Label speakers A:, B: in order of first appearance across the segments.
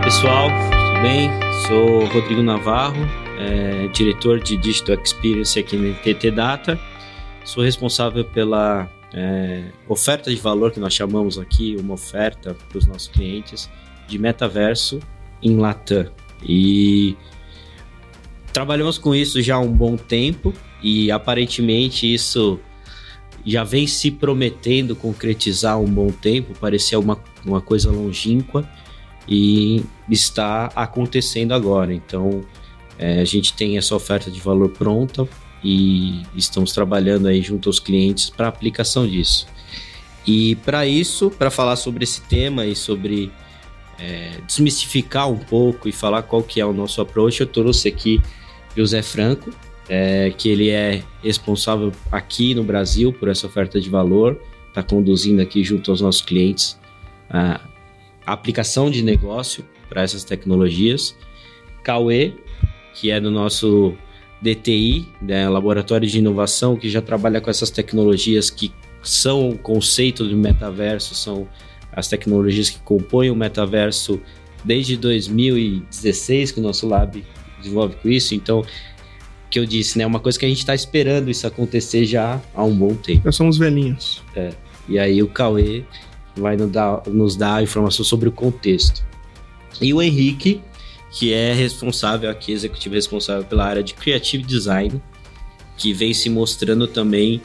A: pessoal, tudo bem? Sou Rodrigo Navarro, diretor de Digital Experience aqui na NTT Data. Sou responsável pela oferta de valor, que nós chamamos aqui, uma oferta para os nossos clientes de metaverso em Latam. E trabalhamos com isso já há um bom tempo e aparentemente isso já vem se prometendo concretizar há um bom tempo, parecia uma coisa longínqua e está acontecendo agora. Então a gente tem essa oferta de valor pronta e estamos trabalhando aí junto aos clientes para a aplicação disso. E para isso, para falar sobre esse tema e sobre desmistificar um pouco e falar qual que é o nosso approach, eu trouxe aqui José Franco, que ele é responsável aqui no Brasil por essa oferta de valor, está conduzindo aqui junto aos nossos clientes a aplicação de negócio para essas tecnologias. Cauê, que é do nosso DTI, Laboratório de Inovação, que já trabalha com essas tecnologias que são o conceito do metaverso, são as tecnologias que compõem o metaverso desde 2016, que o nosso lab desenvolve com isso. Então, que eu disse, né, uma coisa que a gente está esperando isso acontecer já há um bom tempo.
B: Nós somos velhinhos.
A: E aí o Cauê vai nos dar informação sobre o contexto. E o Henrique, que é responsável aqui, executivo responsável pela área de Creative Design, que vem se mostrando também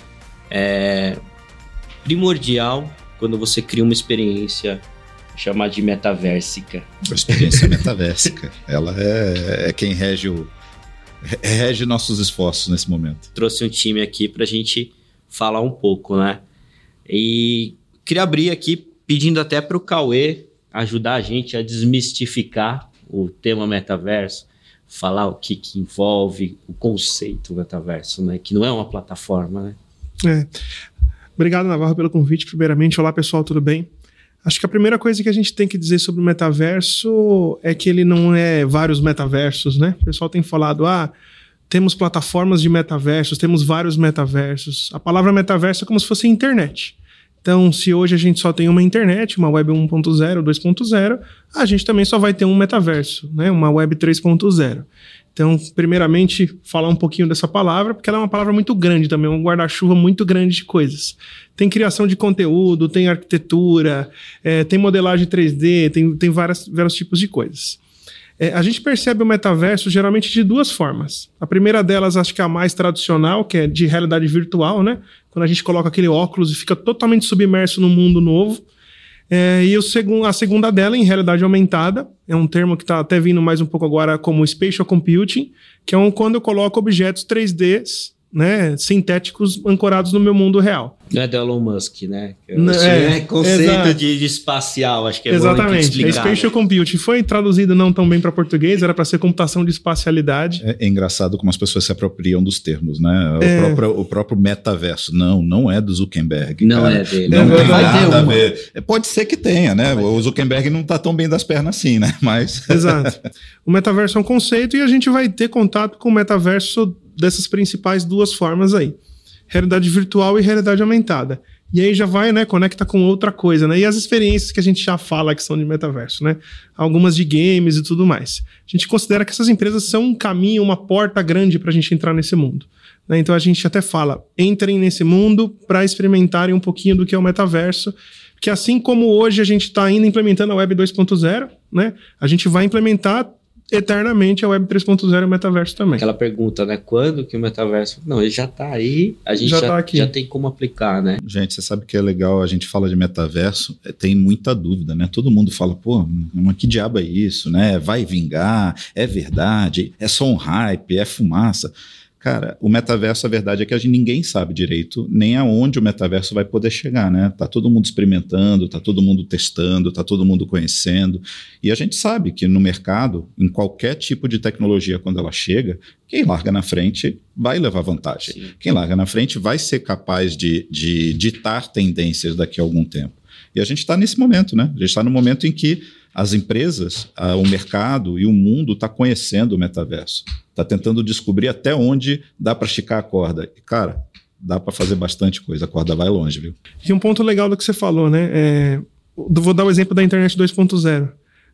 A: primordial quando você cria uma experiência chamada de metaversica.
C: A experiência metaversica. Ela é quem rege nossos esforços nesse momento.
A: Trouxe um time aqui para a gente falar um pouco, né? E queria abrir aqui pedindo até para o Cauê ajudar a gente a desmistificar o tema metaverso, falar o que envolve o conceito metaverso, né? Que não é uma plataforma, né?
B: Obrigado, Navarro, pelo convite, primeiramente. Olá, pessoal, tudo bem? Acho que a primeira coisa que a gente tem que dizer sobre o metaverso é que ele não é vários metaversos, né? O pessoal tem falado, temos plataformas de metaversos, temos vários metaversos. A palavra metaverso é como se fosse internet. Então, se hoje a gente só tem uma internet, uma web 1.0, 2.0, a gente também só vai ter um metaverso, né? Uma web 3.0. Então, primeiramente, falar um pouquinho dessa palavra, porque ela é uma palavra muito grande também, um guarda-chuva muito grande de coisas. Tem criação de conteúdo, tem arquitetura, tem modelagem 3D, tem vários tipos de coisas. A gente percebe o metaverso geralmente de duas formas. A primeira delas, acho que é a mais tradicional, que é de realidade virtual, né? Quando a gente coloca aquele óculos e fica totalmente submerso num mundo novo. E a segunda dela, em realidade aumentada, é um termo que está até vindo mais um pouco agora como Spatial Computing, que é quando eu coloco objetos 3Ds, né, sintéticos ancorados no meu mundo real.
A: Não é do Elon Musk, né? Conceito de espacial, acho que é
B: exatamente.
A: Bom explicar.
B: Spatial Computing foi traduzido não tão bem para português, era para ser computação de espacialidade.
C: É engraçado como as pessoas se apropriam dos termos, né? O próprio metaverso. Não é do Zuckerberg.
A: Não é dele.
C: Não tem nada a ver. Pode ser que tenha, né? O Zuckerberg não está tão bem das pernas assim, né? Mas...
B: Exato. O metaverso é um conceito e a gente vai ter contato com o metaverso dessas principais duas formas aí. Realidade virtual e realidade aumentada. E aí já vai, né, conecta com outra coisa, né? E as experiências que a gente já fala que são de metaverso, né? Algumas de games e tudo mais. A gente considera que essas empresas são um caminho, uma porta grande para a gente entrar nesse mundo, né? Então a gente até fala, entrem nesse mundo para experimentarem um pouquinho do que é o metaverso, que assim como hoje a gente está ainda implementando a Web 2.0, né? A gente vai implementar eternamente a Web 3.0 e o metaverso também.
A: Aquela pergunta, né? Quando que o metaverso... Não, ele já está aí, a gente já tem como aplicar, né?
C: Gente, você sabe que é legal, a gente fala de metaverso, tem muita dúvida, né? Todo mundo fala, mas que diabo é isso, né? Vai vingar, é verdade, é só um hype, é fumaça. Cara, o metaverso, a verdade é que ninguém sabe direito nem aonde o metaverso vai poder chegar, né? Tá todo mundo experimentando, tá todo mundo testando, tá todo mundo conhecendo. E a gente sabe que no mercado, em qualquer tipo de tecnologia, quando ela chega, quem larga na frente vai levar vantagem. Sim. Quem larga na frente vai ser capaz de ditar tendências daqui a algum tempo. E a gente está nesse momento, né? A gente está no momento em que as empresas, o mercado e o mundo está conhecendo o metaverso. Está tentando descobrir até onde dá para esticar a corda. E, cara, dá para fazer bastante coisa. A corda vai longe, viu?
B: E um ponto legal do que você falou, né? Vou dar o exemplo da internet 2.0.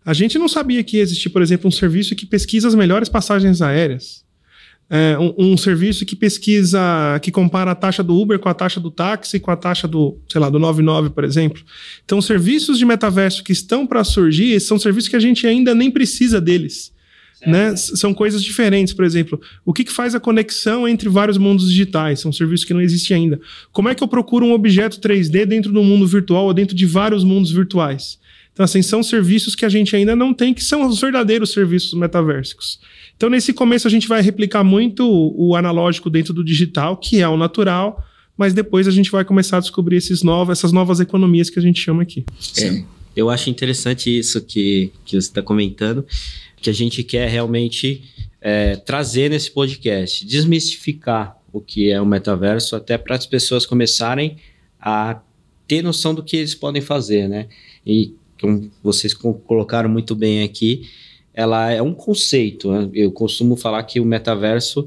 B: A gente não sabia que existia, por exemplo, um serviço que pesquisa as melhores passagens aéreas. Um serviço que pesquisa, que compara a taxa do Uber com a taxa do táxi, com a taxa do 99, por exemplo. Então, serviços de metaverso que estão para surgir são serviços que a gente ainda nem precisa deles. Né? São coisas diferentes, por exemplo. O que faz a conexão entre vários mundos digitais? São serviços que não existem ainda. Como é que eu procuro um objeto 3D dentro do mundo virtual ou dentro de vários mundos virtuais? Então, assim, são serviços que a gente ainda não tem, que são os verdadeiros serviços metaversicos. Então, nesse começo, a gente vai replicar muito o analógico dentro do digital, que é o natural, mas depois a gente vai começar a descobrir essas novas economias que a gente chama aqui.
A: Eu acho interessante isso que você está comentando, que a gente quer realmente trazer nesse podcast, desmistificar o que é o metaverso, até para as pessoas começarem a ter noção do que eles podem fazer, né? E como vocês colocaram muito bem aqui, ela é um conceito, né? Eu costumo falar que o metaverso,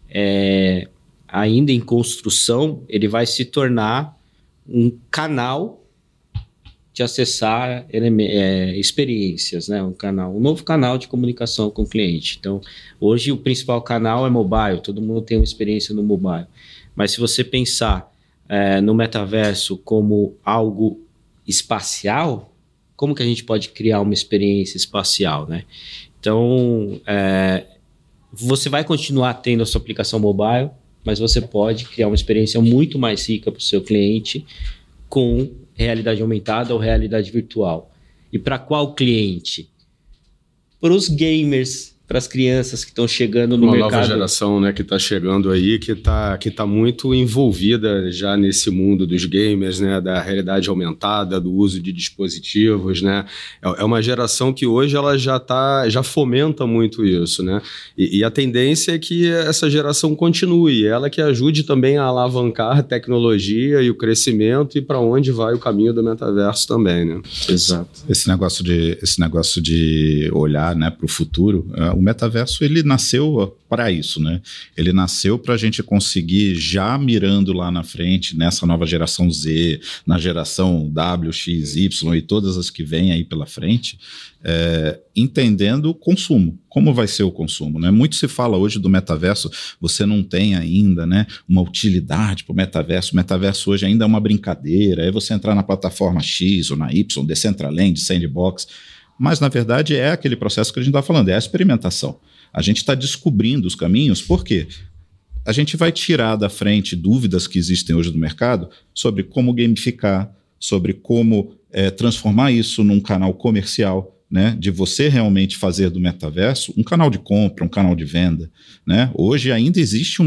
A: ainda em construção, ele vai se tornar um canal de acessar experiências, né? Um novo canal de comunicação com o cliente. Então, hoje o principal canal é mobile, todo mundo tem uma experiência no mobile. Mas se você pensar no metaverso como algo espacial, como que a gente pode criar uma experiência espacial, né? Então, você vai continuar tendo a sua aplicação mobile, mas você pode criar uma experiência muito mais rica para o seu cliente com realidade aumentada ou realidade virtual. E para qual cliente? Para os gamers, para as crianças que estão chegando no mercado. Uma
D: nova geração, né, que está chegando aí, que tá muito envolvida já nesse mundo dos gamers, né, da realidade aumentada, do uso de dispositivos, né? É uma geração que hoje ela já fomenta muito isso, né? E a tendência é que essa geração continue, ela que ajude também a alavancar a tecnologia e o crescimento e para onde vai o caminho do metaverso também, né?
A: Exato.
C: Esse negócio de olhar, né, para o futuro, o metaverso ele nasceu para isso, né? Ele nasceu para a gente conseguir, já mirando lá na frente, nessa nova geração Z, na geração W, X, Y e todas as que vêm aí pela frente, entendendo o consumo, como vai ser o consumo, né? Muito se fala hoje do metaverso, você não tem ainda, né, uma utilidade para o metaverso. O metaverso hoje ainda é uma brincadeira, é você entrar na plataforma X ou na Y, Decentraland, Sandbox. Mas, na verdade, é aquele processo que a gente está falando, é a experimentação. A gente está descobrindo os caminhos, por quê? A gente vai tirar da frente dúvidas que existem hoje no mercado sobre como gamificar, sobre como transformar isso num canal comercial, né? De você realmente fazer do metaverso um canal de compra, um canal de venda, né? Hoje ainda existe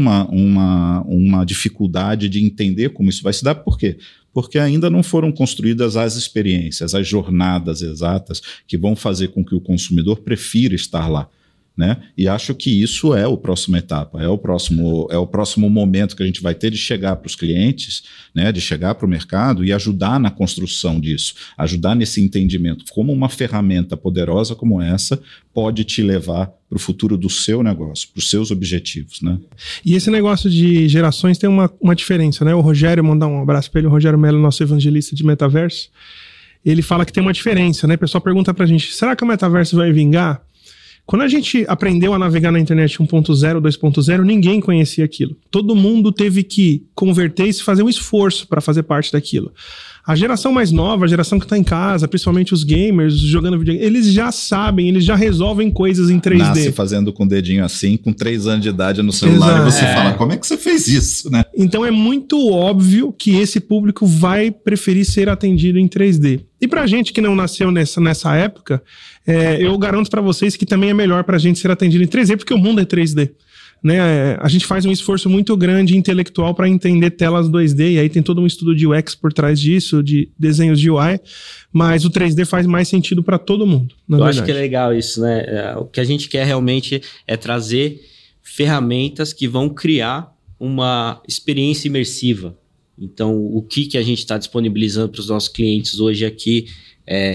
C: uma dificuldade de entender como isso vai se dar, por quê? Porque ainda não foram construídas as experiências, as jornadas exatas que vão fazer com que o consumidor prefira estar lá, né? E acho que isso é a próxima etapa, é o próximo momento que a gente vai ter de chegar para os clientes, né? De chegar para o mercado e ajudar na construção disso, ajudar nesse entendimento, como uma ferramenta poderosa como essa pode te levar para o futuro do seu negócio, para os seus objetivos, né?
B: E esse negócio de gerações tem uma diferença, né? O Rogério, mandar um abraço para ele, o Rogério Mello, nosso evangelista de metaverso, ele fala que tem uma diferença, né? O pessoal pergunta pra gente, será que o metaverso vai vingar? Quando a gente aprendeu a navegar na internet 1.0, 2.0, ninguém conhecia aquilo. Todo mundo teve que converter e fazer um esforço para fazer parte daquilo. A geração mais nova, a geração que está em casa, principalmente os gamers jogando videogame, eles já sabem, eles já resolvem coisas em 3D.
C: Nasce fazendo com o dedinho assim, com 3 anos de idade no celular. Exato. E você fala, como é que você fez isso, né?
B: Então é muito óbvio que esse público vai preferir ser atendido em 3D. E pra gente que não nasceu nessa época, eu garanto para vocês que também é melhor pra gente ser atendido em 3D, porque o mundo é 3D. Né? A gente faz um esforço muito grande intelectual para entender telas 2D, e aí tem todo um estudo de UX por trás disso, de desenhos de UI, mas o 3D faz mais sentido para todo mundo.
A: Eu acho que é legal isso, né? O que a gente quer realmente é trazer ferramentas que vão criar uma experiência imersiva. Então, o que a gente está disponibilizando para os nossos clientes hoje aqui é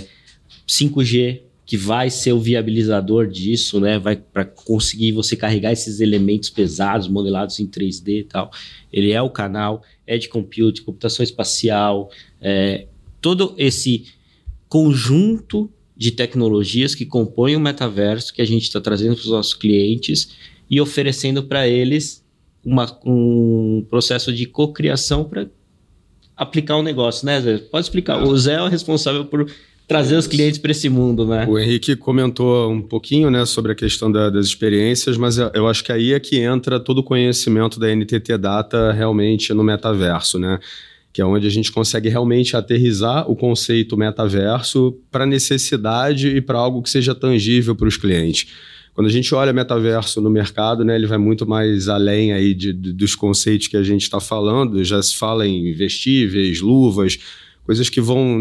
A: 5G, que vai ser o viabilizador disso, né? Vai para conseguir você carregar esses elementos pesados, modelados em 3D e tal. Ele é o canal, edge computing, computação espacial, todo esse conjunto de tecnologias que compõem o metaverso que a gente está trazendo para os nossos clientes e oferecendo para eles um processo de cocriação para aplicar um negócio, né, Zé? Pode explicar. O Zé é o responsável por trazer os clientes para esse mundo, né?
D: O Henrique comentou um pouquinho, né, sobre a questão das experiências, mas eu acho que aí é que entra todo o conhecimento da NTT Data realmente no metaverso, né? Que é onde a gente consegue realmente aterrissar o conceito metaverso para necessidade e para algo que seja tangível para os clientes. Quando a gente olha metaverso no mercado, né, ele vai muito mais além aí dos conceitos que a gente está falando. Já se fala em vestíveis, luvas, coisas que vão,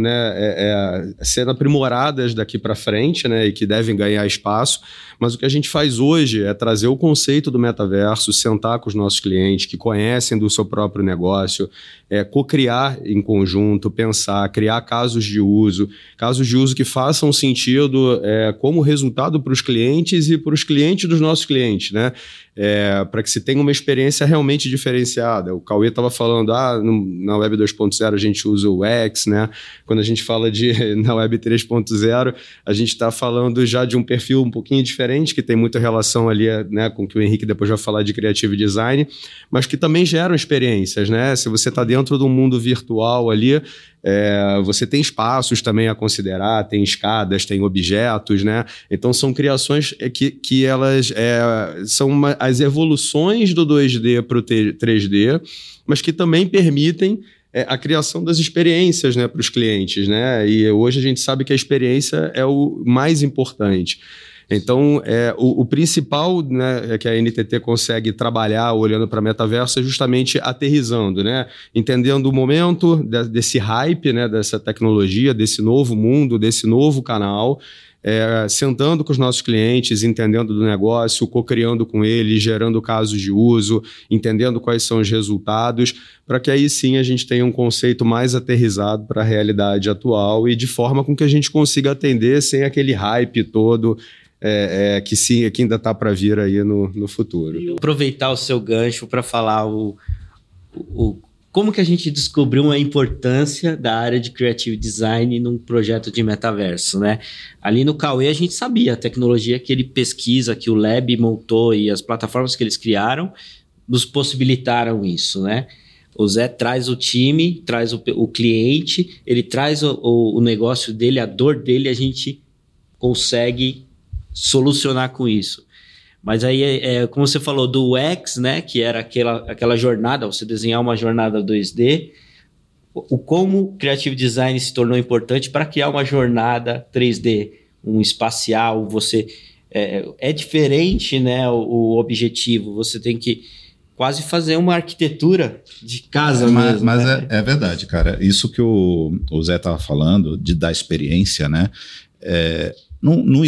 D: né, sendo aprimoradas daqui para frente, né, e que devem ganhar espaço. Mas o que a gente faz hoje é trazer o conceito do metaverso, sentar com os nossos clientes que conhecem do seu próprio negócio, co-criar em conjunto, pensar, criar casos de uso que façam sentido como resultado para os clientes e para os clientes dos nossos clientes, né? Para que se tenha uma experiência realmente diferenciada. O Cauê estava falando, na Web 2.0 a gente usa o X, né? Quando a gente fala na Web 3.0, a gente está falando já de um perfil um pouquinho diferente, que tem muita relação ali, né, com o que o Henrique depois vai falar de Creative Design, mas que também geram experiências, né? Se você está dentro de um mundo virtual ali, você tem espaços também a considerar, tem escadas, tem objetos, né? Então são criações que elas são as evoluções do 2D para o 3D, mas que também permitem a criação das experiências, né, para os clientes, né? E hoje a gente sabe que a experiência é o mais importante. Então, o principal, né, que a NTT consegue trabalhar olhando para metaverso é justamente aterrissando, né? Entendendo o momento desse hype, né, dessa tecnologia, desse novo mundo, desse novo canal, sentando com os nossos clientes, entendendo do negócio, co-criando com eles, gerando casos de uso, entendendo quais são os resultados, para que aí sim a gente tenha um conceito mais aterrissado para a realidade atual e de forma com que a gente consiga atender sem aquele hype todo que ainda está para vir aí no futuro.
A: E aproveitar o seu gancho para falar como que a gente descobriu a importância da área de Creative Design num projeto de metaverso, né? Ali no Cauê a gente sabia a tecnologia que ele pesquisa, que o Lab montou e as plataformas que eles criaram nos possibilitaram isso, né? O Zé traz o time, traz o cliente, ele traz o negócio dele, a dor dele, a gente consegue solucionar com isso. Mas aí, como você falou do X, né, que era aquela jornada, você desenhar uma jornada 2D, como o Creative Design se tornou importante para criar uma jornada 3D, um espacial, é diferente, né, o objetivo, você tem que quase fazer uma arquitetura de casa mesmo.
C: Mas
A: né?
C: é verdade, cara. Isso que o Zé estava falando, da experiência, né, Não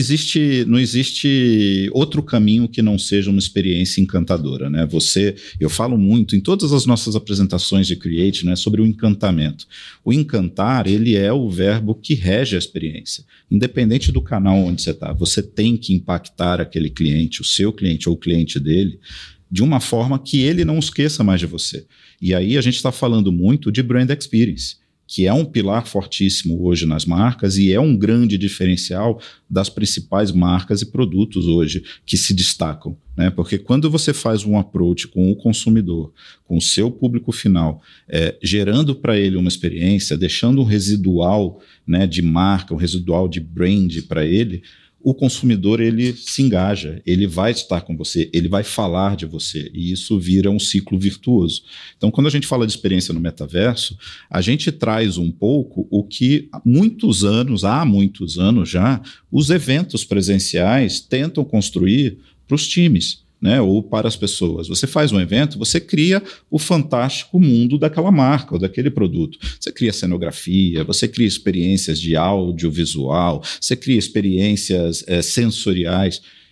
C: existe outro caminho que não seja uma experiência encantadora, né? Eu falo muito em todas as nossas apresentações de Create, né, sobre o encantamento. O encantar, ele é o verbo que rege a experiência. Independente do canal onde você está, você tem que impactar aquele cliente, o seu cliente ou o cliente dele, de uma forma que ele não esqueça mais de você. E aí a gente está falando muito de brand experience, que é um pilar fortíssimo hoje nas marcas e é um grande diferencial das principais marcas e produtos hoje que se destacam, né? Porque quando você faz um approach com o consumidor, com o seu público final, gerando para ele uma experiência, deixando um residual, né, de marca, um residual de brand para ele, o consumidor ele se engaja, ele vai estar com você, ele vai falar de você e isso vira um ciclo virtuoso. Então, quando a gente fala de experiência no metaverso, a gente traz um pouco o que há muitos anos já, os eventos presenciais tentam construir para os times, né, ou para as pessoas. Você faz um evento, você cria o fantástico mundo daquela marca ou daquele produto. Você cria cenografia, você cria experiências de audiovisual, você cria experiências sensoriais.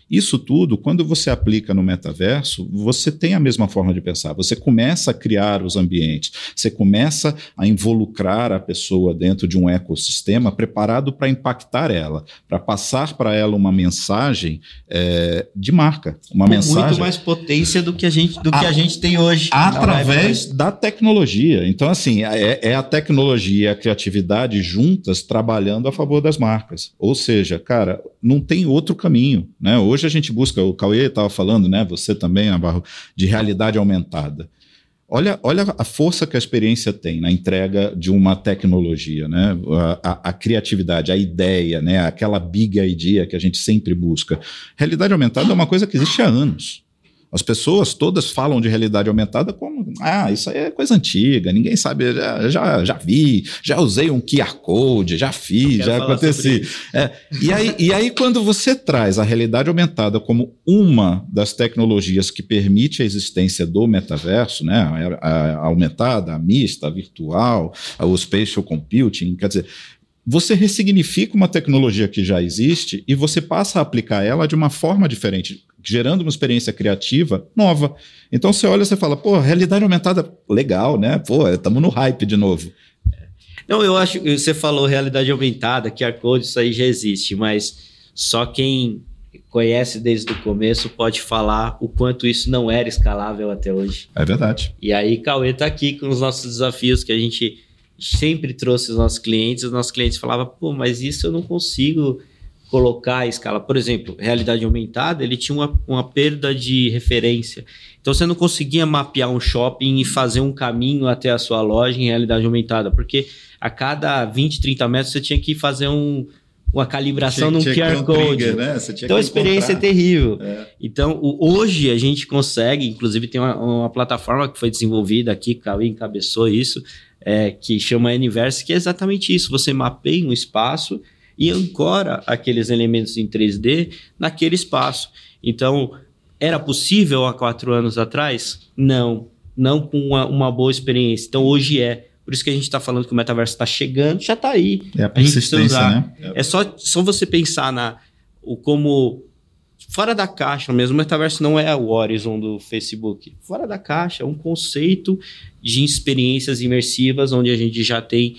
C: Isso tudo, quando você aplica no metaverso, você tem a mesma forma de pensar. Você começa a criar os ambientes, você começa a involucrar a pessoa dentro de um ecossistema preparado para impactar ela, para passar para ela uma mensagem de marca. Uma mensagem
A: muito mais potência do que a gente tem hoje.
C: Através da tecnologia. Então, assim, é a tecnologia e a criatividade juntas trabalhando a favor das marcas. Ou seja, cara, não tem outro caminho, né? Hoje a gente busca, o Cauê estava falando, né? Você também, Navarro, de realidade aumentada. Olha a força que a experiência tem na entrega de uma tecnologia, né? A criatividade, a ideia, né? Aquela big idea que a gente sempre busca. Realidade aumentada é uma coisa que existe há anos. As pessoas todas falam de realidade aumentada como, isso aí é coisa antiga, ninguém sabe, já vi, já usei um QR Code, já fiz, já aconteci. E aí, quando você traz a realidade aumentada como uma das tecnologias que permite a existência do metaverso, né, a aumentada, a mista, a virtual, o spatial computing, quer dizer, você ressignifica uma tecnologia que já existe e você passa a aplicar ela de uma forma diferente, gerando uma experiência criativa nova. Então você olha e você fala, realidade aumentada, legal, né? Estamos no hype de novo.
A: Não, eu acho que você falou realidade aumentada, QR Code, isso aí já existe, mas só quem conhece desde o começo pode falar o quanto isso não era escalável até hoje.
C: É verdade.
A: E aí Cauê está aqui com os nossos desafios que a gente sempre trouxe aos nossos clientes falavam, mas isso eu não consigo colocar a escala. Por exemplo, realidade aumentada, ele tinha uma perda de referência. Então, você não conseguia mapear um shopping e fazer um caminho até a sua loja em realidade aumentada, porque a cada 20, 30 metros você tinha que fazer uma calibração num QR Code. Trigger, né? Então, a experiência é terrível. Então, hoje a gente consegue, inclusive tem uma plataforma que foi desenvolvida aqui, o Cauê encabeçou isso, que chama Universe, que é exatamente isso. Você mapeia um espaço e ancora aqueles elementos em 3D naquele espaço. Então, era possível há 4 anos atrás? Não com uma boa experiência. Então, hoje é. Por isso que a gente está falando que o metaverso está chegando, já está aí.
C: É a persistência, né?
A: É só você pensar como fora da caixa mesmo. O metaverso não é o Horizon do Facebook. Fora da caixa é um conceito de experiências imersivas onde a gente já tem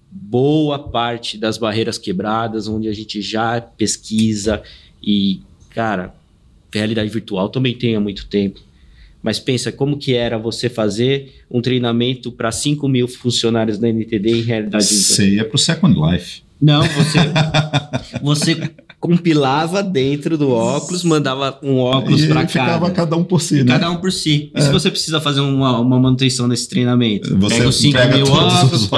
A: boa parte das barreiras quebradas, onde a gente já pesquisa e, cara, realidade virtual também tem há muito tempo. Mas pensa como que era você fazer um treinamento para 5 mil funcionários da NTD em realidade virtual.
C: Você ia para o Second Life.
A: Não, você compilava dentro do óculos, mandava um óculos para cada.
C: Ficava cada um por si, né?
A: Cada um por si. E se você precisa fazer uma manutenção desse treinamento?
C: Você
A: pega os 5 mil óculos,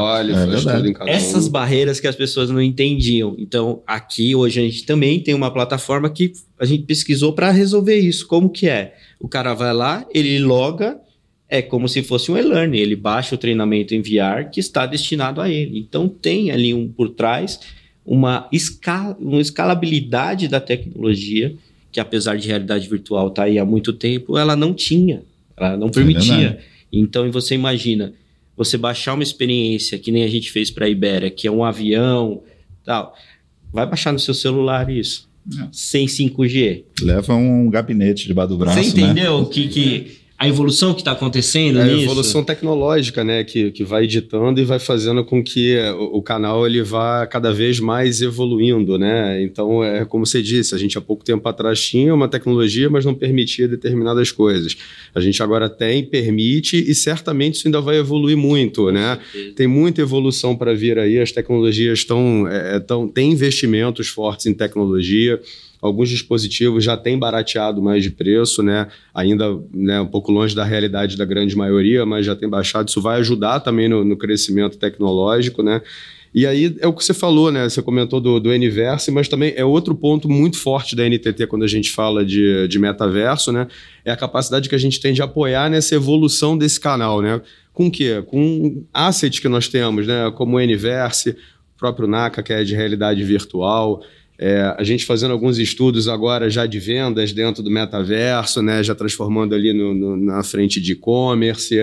D: Essas
A: barreiras que as pessoas não entendiam. Então, aqui, hoje, a gente também tem uma plataforma que a gente pesquisou para resolver isso. Como que é? O cara vai lá, ele loga, é como se fosse um e-learning. Ele baixa o treinamento em VR que está destinado a ele. Então, tem ali por trás uma escalabilidade da tecnologia que, apesar de realidade virtual estar aí há muito tempo, ela não tinha, ela não permitia. Então, você imagina, você baixar uma experiência que nem a gente fez para a Iberia, que é um avião, tal, vai baixar no seu celular isso, sem 5G.
C: Leva um gabinete debaixo do braço,
A: você entendeu, né? A evolução que está acontecendo nisso?
D: A evolução tecnológica, né? Que vai editando e vai fazendo com que o canal ele vá cada vez mais evoluindo, né? Então, como você disse, a gente há pouco tempo atrás tinha uma tecnologia, mas não permitia determinadas coisas. A gente agora permite e certamente isso ainda vai evoluir muito, né? Tem muita evolução para vir aí, as tecnologias têm investimentos fortes em tecnologia. Alguns dispositivos já têm barateado mais de preço, né? Ainda, né, um pouco longe da realidade da grande maioria, mas já tem baixado. Isso vai ajudar também no crescimento tecnológico, né? E aí é o que você falou, né? Você comentou do Universe, mas também é outro ponto muito forte da NTT quando a gente fala de metaverso, né? É a capacidade que a gente tem de apoiar nessa evolução desse canal, né? Com o quê? Com assets que nós temos, né? Como o Universe, o próprio NACA, que é de realidade virtual. A gente fazendo alguns estudos agora já de vendas dentro do metaverso, né? Já transformando ali na frente de e-commerce.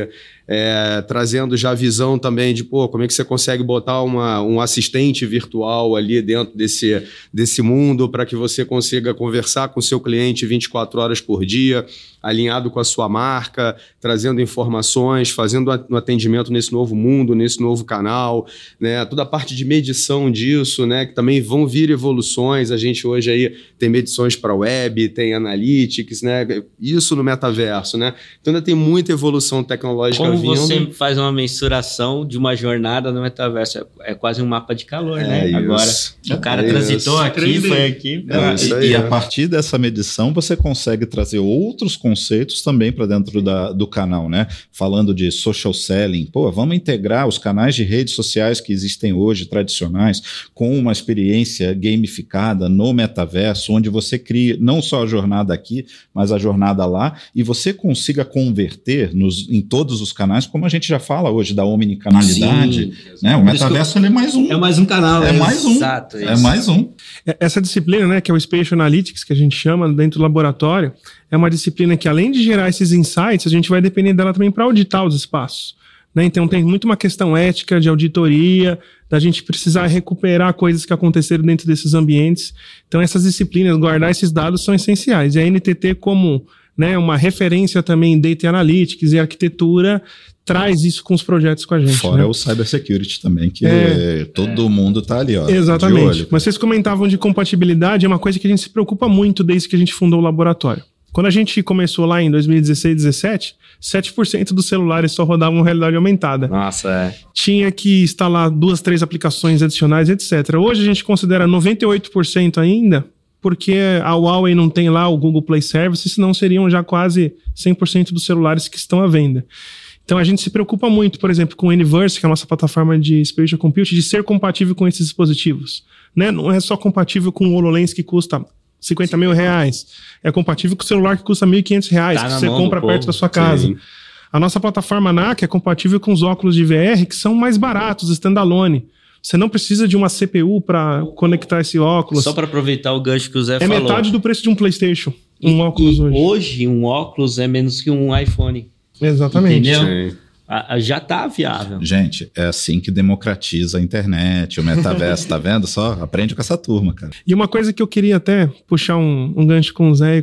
D: trazendo já a visão também de como é que você consegue botar um assistente virtual ali dentro desse mundo para que você consiga conversar com o seu cliente 24 horas por dia, alinhado com a sua marca, trazendo informações, fazendo um atendimento nesse novo mundo, nesse novo canal, né? Toda a parte de medição disso, né? Que também vão vir evoluções. A gente hoje aí tem medições para web, tem analytics, né? Isso no metaverso, né? Então ainda tem muita evolução tecnológica vindo.
A: Como você faz uma mensuração de uma jornada no metaverso? É quase um mapa de calor, né?
C: Isso.
A: Agora, o cara transitou aqui, foi aqui.
C: E a partir dessa medição, você consegue trazer outros conceitos também para dentro do canal, né? Falando de social selling, vamos integrar os canais de redes sociais que existem hoje, tradicionais, com uma experiência gamificada no metaverso, onde você cria não só a jornada aqui, mas a jornada lá, e você consiga converter em todos os canais, como a gente já fala hoje da omnicanalidade, né? O metaverso ele é mais um.
A: É mais um canal.
C: É mais um.
A: Exato.
C: É mais um.
B: Essa disciplina, né, que é o Spatial Analytics, que a gente chama dentro do laboratório, é uma disciplina que, além de gerar esses insights, a gente vai depender dela também para auditar os espaços, né? Então tem muito uma questão ética de auditoria, da gente precisar recuperar coisas que aconteceram dentro desses ambientes. Então essas disciplinas, guardar esses dados são essenciais. E a NTT, como, né, uma referência também em Data Analytics e arquitetura, traz isso com os projetos com a gente.
C: Fora, né,
B: o
C: Cybersecurity também, que todo mundo está ali, ó.
B: Exatamente.
C: De olho.
B: Mas vocês comentavam de compatibilidade, é uma coisa que a gente se preocupa muito desde que a gente fundou o laboratório. Quando a gente começou lá em 2016, 2017, 7% dos celulares só rodavam realidade aumentada.
A: Nossa,
B: Tinha que instalar 2, 3 aplicações adicionais, etc. Hoje a gente considera 98% ainda, porque a Huawei não tem lá o Google Play Service, senão seriam já quase 100% dos celulares que estão à venda. Então a gente se preocupa muito, por exemplo, com o Universe, que é a nossa plataforma de Spatial Compute, de ser compatível com esses dispositivos, né? Não é só compatível com o HoloLens que custa 50 mil reais. É compatível com o celular que custa 1.500 reais, que você compra perto da sua casa. Sim. A nossa plataforma NAC é compatível com os óculos de VR, que são mais baratos, standalone. Você não precisa de uma CPU para conectar esse óculos.
A: Só para aproveitar o gancho que o Zé falou.
B: É metade do preço de um PlayStation,
A: óculos hoje. Hoje, um óculos é menos que um iPhone.
B: Exatamente.
A: Entendeu? Já está viável.
C: Gente, é assim que democratiza a internet, o metaverso, tá vendo? Só aprende com essa turma, cara.
B: E uma coisa que eu queria até puxar um gancho com o Zé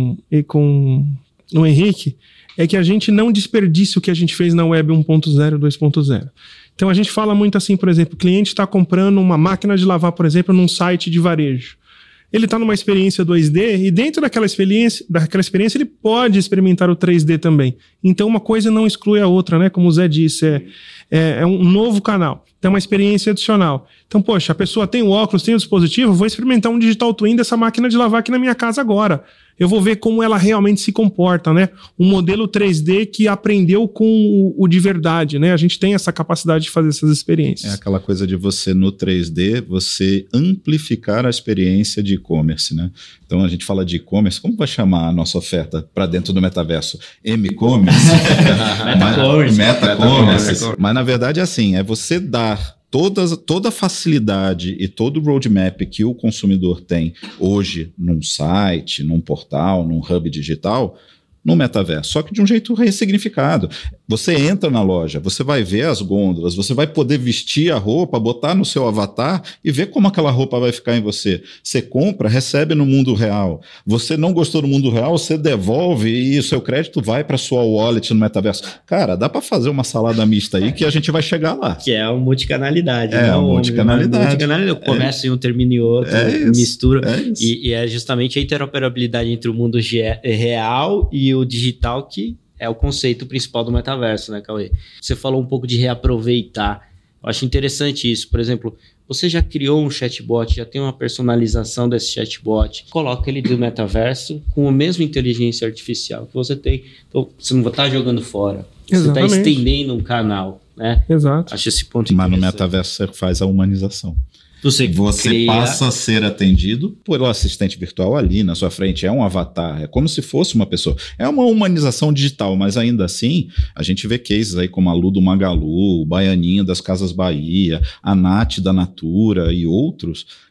B: e com o Henrique, é que a gente não desperdice o que a gente fez na Web 1.0, 2.0. Então a gente fala muito assim, por exemplo, o cliente está comprando uma máquina de lavar, por exemplo, num site de varejo. Ele está numa experiência 2D e dentro daquela experiência ele pode experimentar o 3D também. Então uma coisa não exclui a outra, né? Como o Zé disse, é um novo canal. Então é uma experiência adicional. Então, poxa, a pessoa tem o óculos, tem o dispositivo, vou experimentar um digital twin dessa máquina de lavar aqui na minha casa agora. Eu vou ver como ela realmente se comporta, né? Um modelo 3D que aprendeu com o de verdade, né? A gente tem essa capacidade de fazer essas experiências.
C: É aquela coisa de você, no 3D, você amplificar a experiência de e-commerce, né? Então, a gente fala de e-commerce, como vai chamar a nossa oferta para dentro do metaverso? M-commerce? Meta-commerce. Mas, na verdade, é assim, é você dar toda a facilidade e todo o roadmap que o consumidor tem hoje num site, num portal, num hub digital, no metaverso, só que de um jeito ressignificado. Você entra na loja, você vai ver as gôndolas, você vai poder vestir a roupa, botar no seu avatar e ver como aquela roupa vai ficar em você. Você compra, recebe no mundo real. Você não gostou do mundo real, você devolve e o seu crédito vai para sua wallet no metaverso. Cara, dá para fazer uma salada mista aí que a gente vai chegar lá.
A: Que é a multicanalidade.
C: É, a multicanalidade.
A: Começa em um, termina em outro, mistura. E é justamente a interoperabilidade entre o mundo real e o digital que é o conceito principal do metaverso, né, Cauê? Você falou um pouco de reaproveitar. Eu acho interessante isso. Por exemplo, você já criou um chatbot, já tem uma personalização desse chatbot, coloca ele do metaverso com a mesma inteligência artificial que você tem. Então, você não vai estar jogando fora.
B: Exatamente.
A: Você está estendendo um canal, né?
B: Exato.
C: Acho esse ponto interessante. Mas no metaverso você faz a humanização. Você
A: cria...
C: passa a ser atendido por um assistente virtual ali na sua frente. É um avatar, é como se fosse uma pessoa. É uma humanização digital, mas ainda assim, a gente vê cases aí como a Lu do Magalu, o Baianinho das Casas Bahia, a Nath da Natura e outros.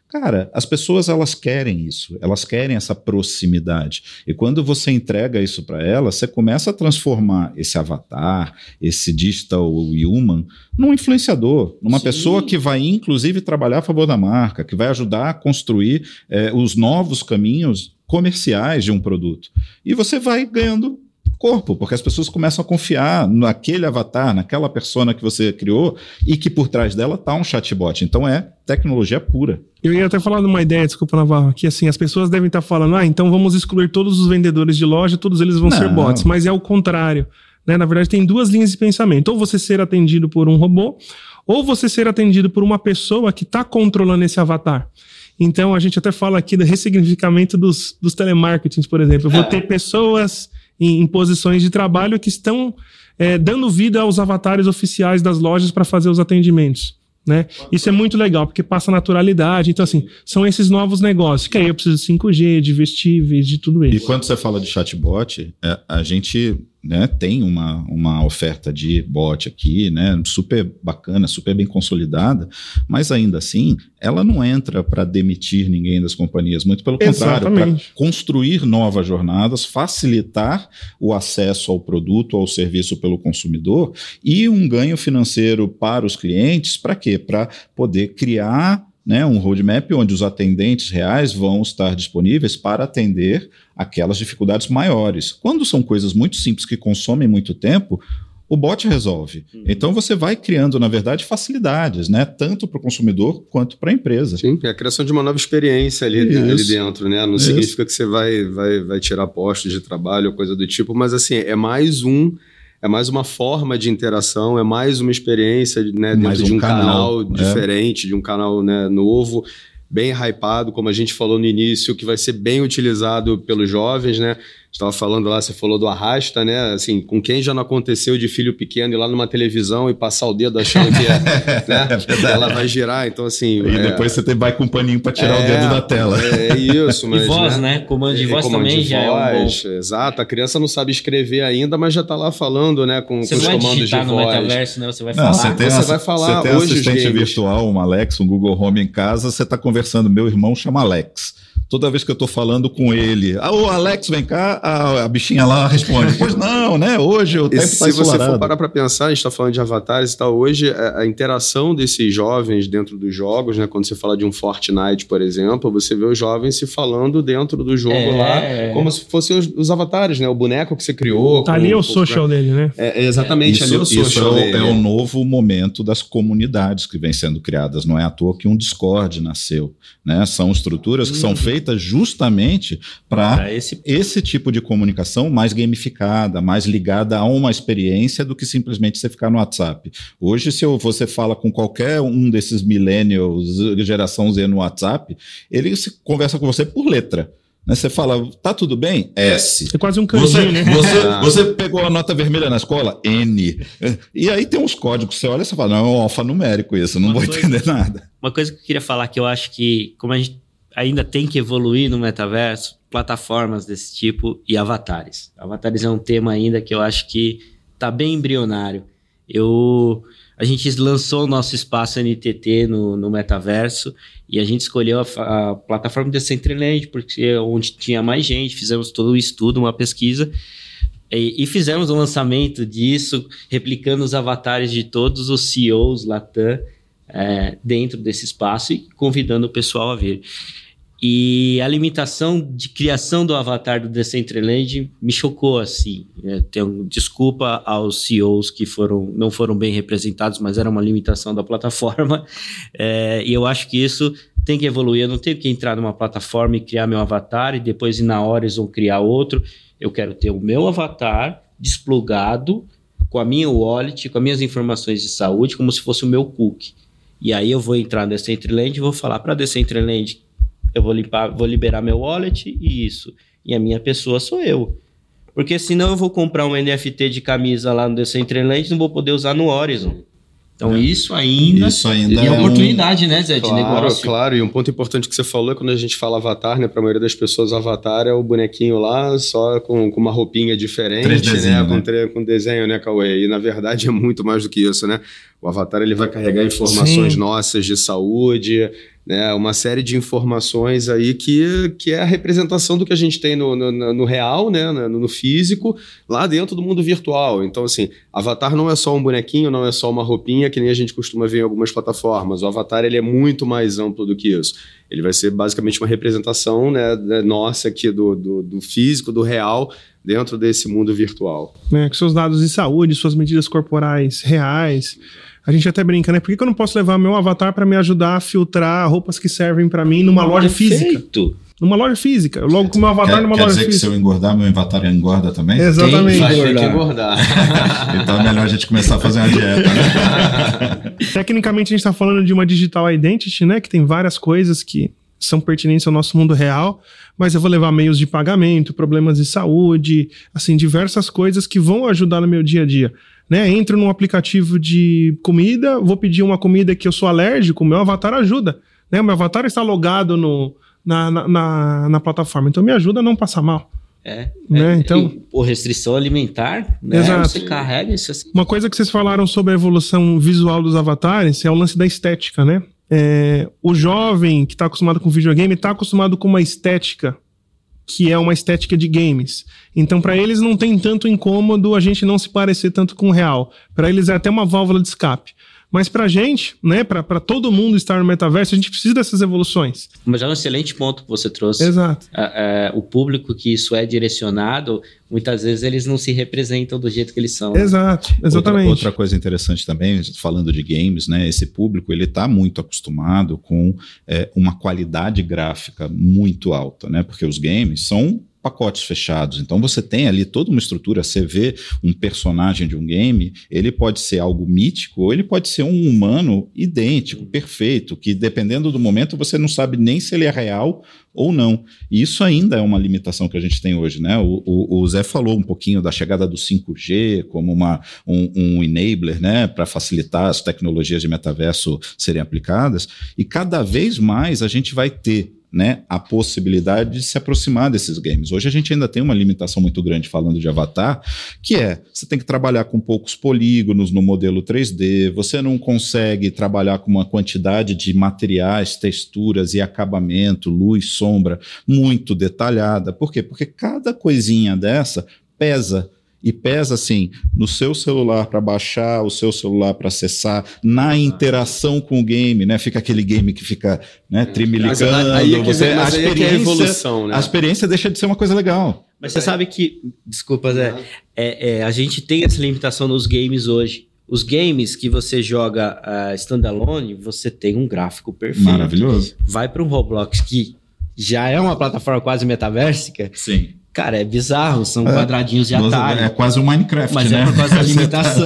C: Cara, as pessoas elas querem isso, elas querem essa proximidade. E quando você entrega isso para elas, você começa a transformar esse avatar, esse digital human, num influenciador, numa pessoa que vai inclusive trabalhar a favor da marca, que vai ajudar a construir os novos caminhos comerciais de um produto. E você vai ganhando corpo, porque as pessoas começam a confiar naquele avatar, naquela persona que você criou e que por trás dela está um chatbot. Então é tecnologia pura.
B: Eu ia até falar de uma ideia, desculpa, Navarro, que assim, as pessoas devem estar falando, então vamos excluir todos os vendedores de loja, todos eles vão ser bots, mas é o contrário, né? Na verdade tem duas linhas de pensamento, ou você ser atendido por um robô, ou você ser atendido por uma pessoa que está controlando esse avatar. Então a gente até fala aqui do ressignificamento dos telemarketings, por exemplo. Eu vou ter pessoas em posições de trabalho que estão dando vida aos avatares oficiais das lojas para fazer os atendimentos, né? Isso é muito legal, porque passa naturalidade. Então, assim, são esses novos negócios, que aí eu preciso de 5G, de vestíveis, de tudo isso.
C: E quando você fala de chatbot, a gente tem uma oferta de bot aqui, né, super bacana, super bem consolidada, mas ainda assim, ela não entra para demitir ninguém das companhias, muito pelo contrário, para construir novas jornadas, facilitar o acesso ao produto, ao serviço pelo consumidor e um ganho financeiro para os clientes, para quê? Para poder criar um roadmap onde os atendentes reais vão estar disponíveis para atender aquelas dificuldades maiores. Quando são coisas muito simples que consomem muito tempo, o bot resolve. Então você vai criando, na verdade, facilidades, né? Tanto para o consumidor quanto para a empresa.
D: Sim, é a criação de uma nova experiência ali dentro, né? Não significa que você vai tirar postos de trabalho ou coisa do tipo, mas assim, é mais uma forma de interação, é mais uma experiência, né, dentro de um canal diferente, de um canal, né, novo, bem hypado, como a gente falou no início, que vai ser bem utilizado pelos jovens, né? Estava falando lá, você falou do Arrasta, né? Assim, com quem já não aconteceu de filho pequeno ir lá numa televisão e passar o dedo achando que né? Ela vai girar, então assim...
C: E depois você vai com um paninho para tirar o dedo da tela.
D: É isso, mas...
A: E voz, né? Comando de voz também já é um bom...
D: Exato, a criança não sabe escrever ainda, mas já está lá falando, né? Com os comandos de voz.
A: No metaverso, né? Você vai falar.
C: Você vai falar. Você tem hoje assistente virtual, um Alexa, um Google Home em casa, você está conversando, meu irmão chama Alex. Toda vez que eu estou falando com ele, ô Alex, vem cá, a bichinha lá responde, pois não, né? Hoje o tempo está ensolarado. Se você for parar para pensar, a gente está falando de avatares e tal, hoje a interação desses jovens dentro dos jogos, né? Quando você fala de um Fortnite, por exemplo, você vê os jovens se falando dentro do jogo lá, como se fossem os avatares, né? O boneco que você criou.
B: Tá ali é o social dele, né?
D: Exatamente, ali é o social dele.
C: É o novo momento das comunidades que vem sendo criadas, não é à toa que um Discord nasceu, né? São estruturas que são feitas justamente para esse tipo de comunicação mais gamificada, mais ligada a uma experiência do que simplesmente você ficar no WhatsApp. Hoje, se você fala com qualquer um desses millennials, geração Z no WhatsApp, ele conversa com você por letra. Você fala, tá tudo bem? S.
B: É quase um kanji, né?
C: Você pegou a nota vermelha na escola? N. E aí tem uns códigos, você olha e você fala, não, é um alfanumérico isso, não vou entender nada.
A: Uma coisa que eu queria falar, que eu acho que, como a gente ainda tem que evoluir no metaverso, plataformas desse tipo e avatares. Avatares é um tema ainda que eu acho que está bem embrionário. A gente lançou o nosso espaço NTT no metaverso e a gente escolheu a plataforma Decentraland porque é onde tinha mais gente, fizemos todo o estudo, uma pesquisa e fizemos um lançamento disso, replicando os avatares de todos os CEOs Latam dentro desse espaço e convidando o pessoal a vir. E a limitação de criação do avatar do Decentraland me chocou, assim. Desculpa aos CEOs que não foram bem representados, mas era uma limitação da plataforma. E eu acho que isso tem que evoluir. Eu não tenho que entrar numa plataforma e criar meu avatar e depois ir na Horizon criar outro. Eu quero ter o meu avatar desplugado com a minha wallet, com as minhas informações de saúde, como se fosse o meu cookie. E aí eu vou entrar no Decentraland e vou falar para a Decentraland, eu vou liberar meu wallet e isso. E a minha pessoa sou eu. Porque senão eu vou comprar um NFT de camisa lá no Decentraland e não vou poder usar no Horizon. Então isso ainda é oportunidade, né, Zé, de negócio.
D: Claro, e um ponto importante que você falou é quando a gente fala avatar, né, para a maioria das pessoas, o avatar é o bonequinho lá, só com uma roupinha diferente, com desenho, né, Cauê? E na verdade é muito mais do que isso, né? O avatar ele vai carregar informações nossas de saúde, né? Uma série de informações aí que é a representação do que a gente tem no real, né? No físico, lá dentro do mundo virtual. Então, assim, avatar não é só um bonequinho, não é só uma roupinha, que nem a gente costuma ver em algumas plataformas. O avatar, ele é muito mais amplo do que isso. Ele vai ser basicamente uma representação, né, nossa aqui do físico, do real, dentro desse mundo virtual.
B: Com seus dados de saúde, suas medidas corporais reais. A gente até brinca, né? Por que eu não posso levar meu avatar para me ajudar a filtrar roupas que servem para mim numa loja física? Numa loja física. Logo com o meu avatar numa loja física.
C: Quer dizer que se eu engordar, meu avatar engorda também?
B: Exatamente.
D: Vai ter que engordar.
C: Então é melhor a gente começar a fazer uma dieta, né?
B: Tecnicamente, a gente está falando de uma digital identity, né? Que tem várias coisas que são pertinentes ao nosso mundo real, mas eu vou levar meios de pagamento, problemas de saúde, assim, diversas coisas que vão ajudar no meu dia a dia. Né? Entro num aplicativo de comida, vou pedir uma comida que eu sou alérgico, o meu avatar ajuda. Né? O meu avatar está logado na plataforma, então me ajuda a não passar mal. Né? Então,
A: por restrição alimentar, né?
B: Exato.
A: Você carrega isso assim.
B: Uma coisa que vocês falaram sobre a evolução visual dos avatares é o lance da estética, né? O jovem que está acostumado com videogame está acostumado com uma estética que é uma estética de games. Então, para eles não tem tanto incômodo a gente não se parecer tanto com o real. Para eles é até uma válvula de escape. Mas pra gente, né, pra todo mundo estar no metaverso, a gente precisa dessas evoluções.
A: Mas é um excelente ponto que você trouxe.
B: Exato.
A: O público que isso é direcionado, muitas vezes eles não se representam do jeito que eles são.
B: Exato, exatamente.
C: Outra coisa interessante também, falando de games, né, esse público ele está muito acostumado com uma qualidade gráfica muito alta, né, porque os games são pacotes fechados, então você tem ali toda uma estrutura. Você vê um personagem de um game, ele pode ser algo mítico ou ele pode ser um humano idêntico, perfeito, que dependendo do momento você não sabe nem se ele é real ou não. E isso ainda é uma limitação que a gente tem hoje, né? O Zé falou um pouquinho da chegada do 5G como um enabler, né, para facilitar as tecnologias de metaverso serem aplicadas, e cada vez mais a gente vai ter, né, a possibilidade de se aproximar desses games. Hoje a gente ainda tem uma limitação muito grande falando de avatar, que você tem que trabalhar com poucos polígonos no modelo 3D, você não consegue trabalhar com uma quantidade de materiais, texturas e acabamento, luz, sombra, muito detalhada. Por quê? Porque cada coisinha dessa pesa. E pesa assim, no seu celular para baixar, o seu celular para acessar, na interação com o game, né? Fica aquele game que fica, né, trimilicando.
D: Aí é que é a evolução, né?
C: A experiência deixa de ser uma coisa legal.
A: Mas você sabe que, desculpa, Zé, a gente tem essa limitação nos games hoje. Os games que você joga standalone, você tem um gráfico perfeito.
C: Maravilhoso.
A: Vai para um Roblox, que já é uma plataforma quase metaversica.
C: Sim.
A: Cara, é bizarro, são quadradinhos de atalho.
C: É quase um Minecraft,
A: mas
C: né?
A: Mas é por causa da limitação.